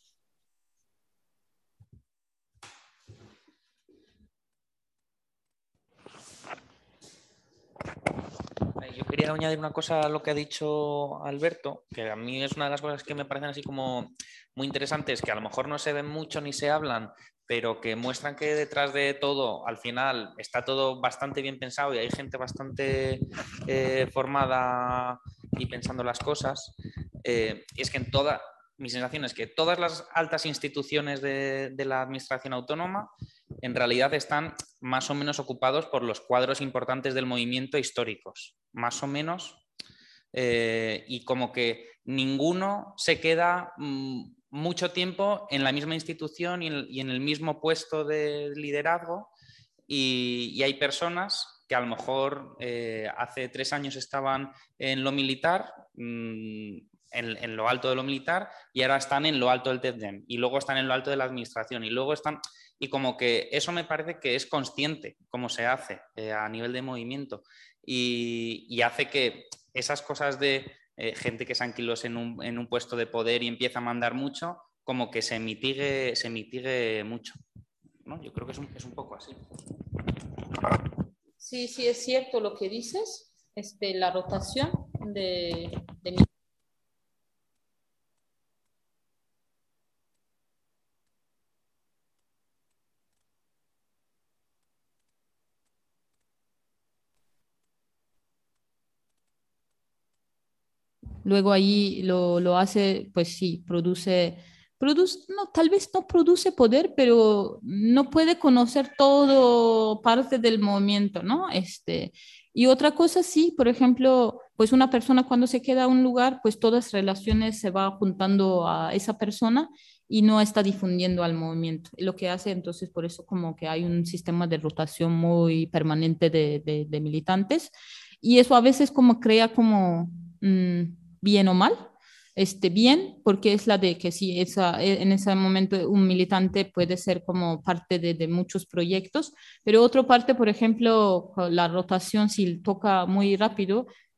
Yo quería añadir una cosa a lo que ha dicho Alberto, que a mí es una de las cosas que me parecen así como muy interesantes, que a lo mejor no se ven mucho ni se hablan, pero que muestran que detrás de todo, al final, está todo bastante bien pensado y hay gente bastante eh, formada y pensando las cosas. Eh, y es que en toda, mi sensación es que todas las altas instituciones de, de la administración autónoma en realidad están más o menos ocupados por los cuadros importantes del movimiento históricos, más o menos, eh, y como que ninguno se queda mmm, mucho tiempo en la misma institución y en, y en el mismo puesto de liderazgo, y, y hay personas que a lo mejor eh, hace tres años estaban en lo militar, mmm, en, en lo alto de lo militar, y ahora están en lo alto del T E D E M, y luego están en lo alto de la administración, y luego están... Y como que eso me parece que es consciente cómo se hace eh, a nivel de movimiento y, y hace que esas cosas de eh, gente que se anquilose en un, en un puesto de poder y empieza a mandar mucho, como que se mitigue, se mitigue mucho, ¿no? Yo creo que es un, es un poco así. Sí, sí, es cierto lo que dices, este, la rotación de, de mi... Luego ahí lo, lo hace, pues sí, produce, produce, no, tal vez no produce poder, pero no puede conocer todo parte del movimiento, ¿no? Este, y otra cosa, sí, por ejemplo, pues una persona cuando se queda a un lugar, pues todas las relaciones se va juntando a esa persona y no está difundiendo al movimiento. Lo que hace entonces, por eso como que hay un sistema de rotación muy permanente de, de, de militantes y eso a veces como crea como... Mmm, bien o mal, este, bien, porque es la de que sí, esa, en ese momento un militante puede ser como parte de, de muchos proyectos, pero otra parte, por ejemplo, la rotación, si toca muy rápido,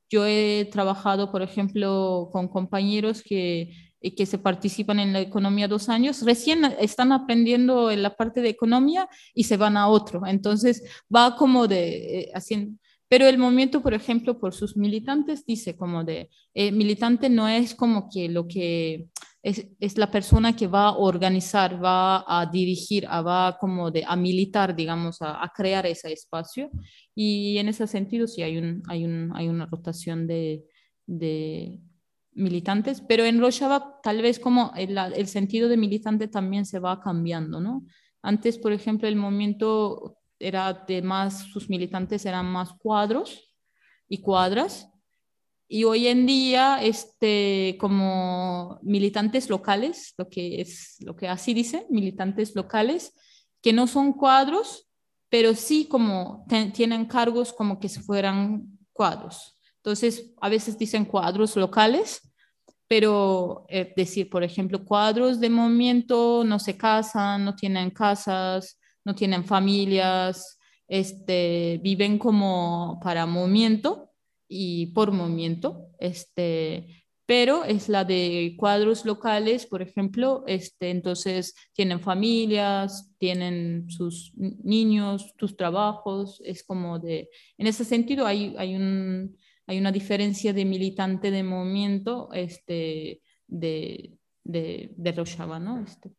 Yo he trabajado, por ejemplo, con compañeros que, que se participan en la economía dos años, recién están aprendiendo en la parte de economía y se van a otro. Entonces va como de eh, haciendo... Pero el movimiento, por ejemplo, por sus militantes, dice como de, eh, militante no es como que lo que es, es la persona que va a organizar, va a dirigir, a, va como de, a militar, digamos, a, a crear ese espacio. Y en ese sentido sí hay, un, hay, un, hay una rotación de, de militantes, pero en Rojava tal vez como el, el sentido de militante también se va cambiando, ¿no? Antes, por ejemplo, el movimiento era de más, sus militantes eran más cuadros y cuadras, y hoy en día, este, como militantes locales, lo que es, lo que así dicen, militantes locales, que no son cuadros, pero sí como ten, tienen cargos como que si fueran cuadros. Entonces, a veces dicen cuadros locales, pero es eh, decir, por ejemplo, cuadros de movimiento no se casan, no tienen casas, no tienen familias, este, viven como para movimiento y por movimiento, este, pero es la de cuadros locales, por ejemplo, este, entonces tienen familias, tienen sus niños, sus trabajos, es como de, en ese sentido hay, hay un... Hay una diferencia de militante de movimiento este, de, de, de Rojava, ¿no? Este.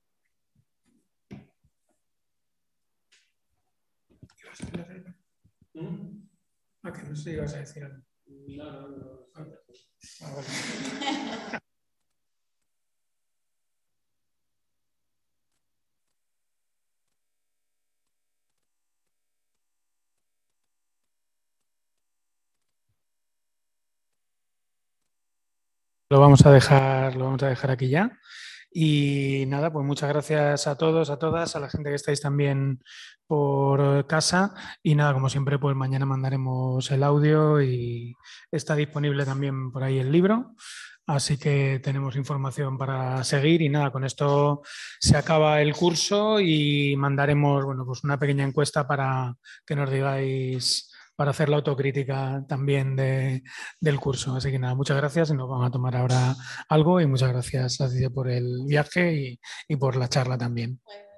¿A qué no sé si ibas a decir algo? No, no, no. Ah, vale. Lo vamos a dejar, lo vamos a dejar aquí ya. Y nada, pues muchas gracias a todos, a todas, a la gente que estáis también por casa. Y nada, como siempre, pues mañana mandaremos el audio y está disponible también por ahí el libro. Así que tenemos información para seguir y nada, con esto se acaba el curso y mandaremos, bueno, pues una pequeña encuesta para que nos digáis, para hacer la autocrítica también de, del curso. Así que nada, muchas gracias y nos vamos a tomar ahora algo y muchas gracias a ti por el viaje y, y por la charla también.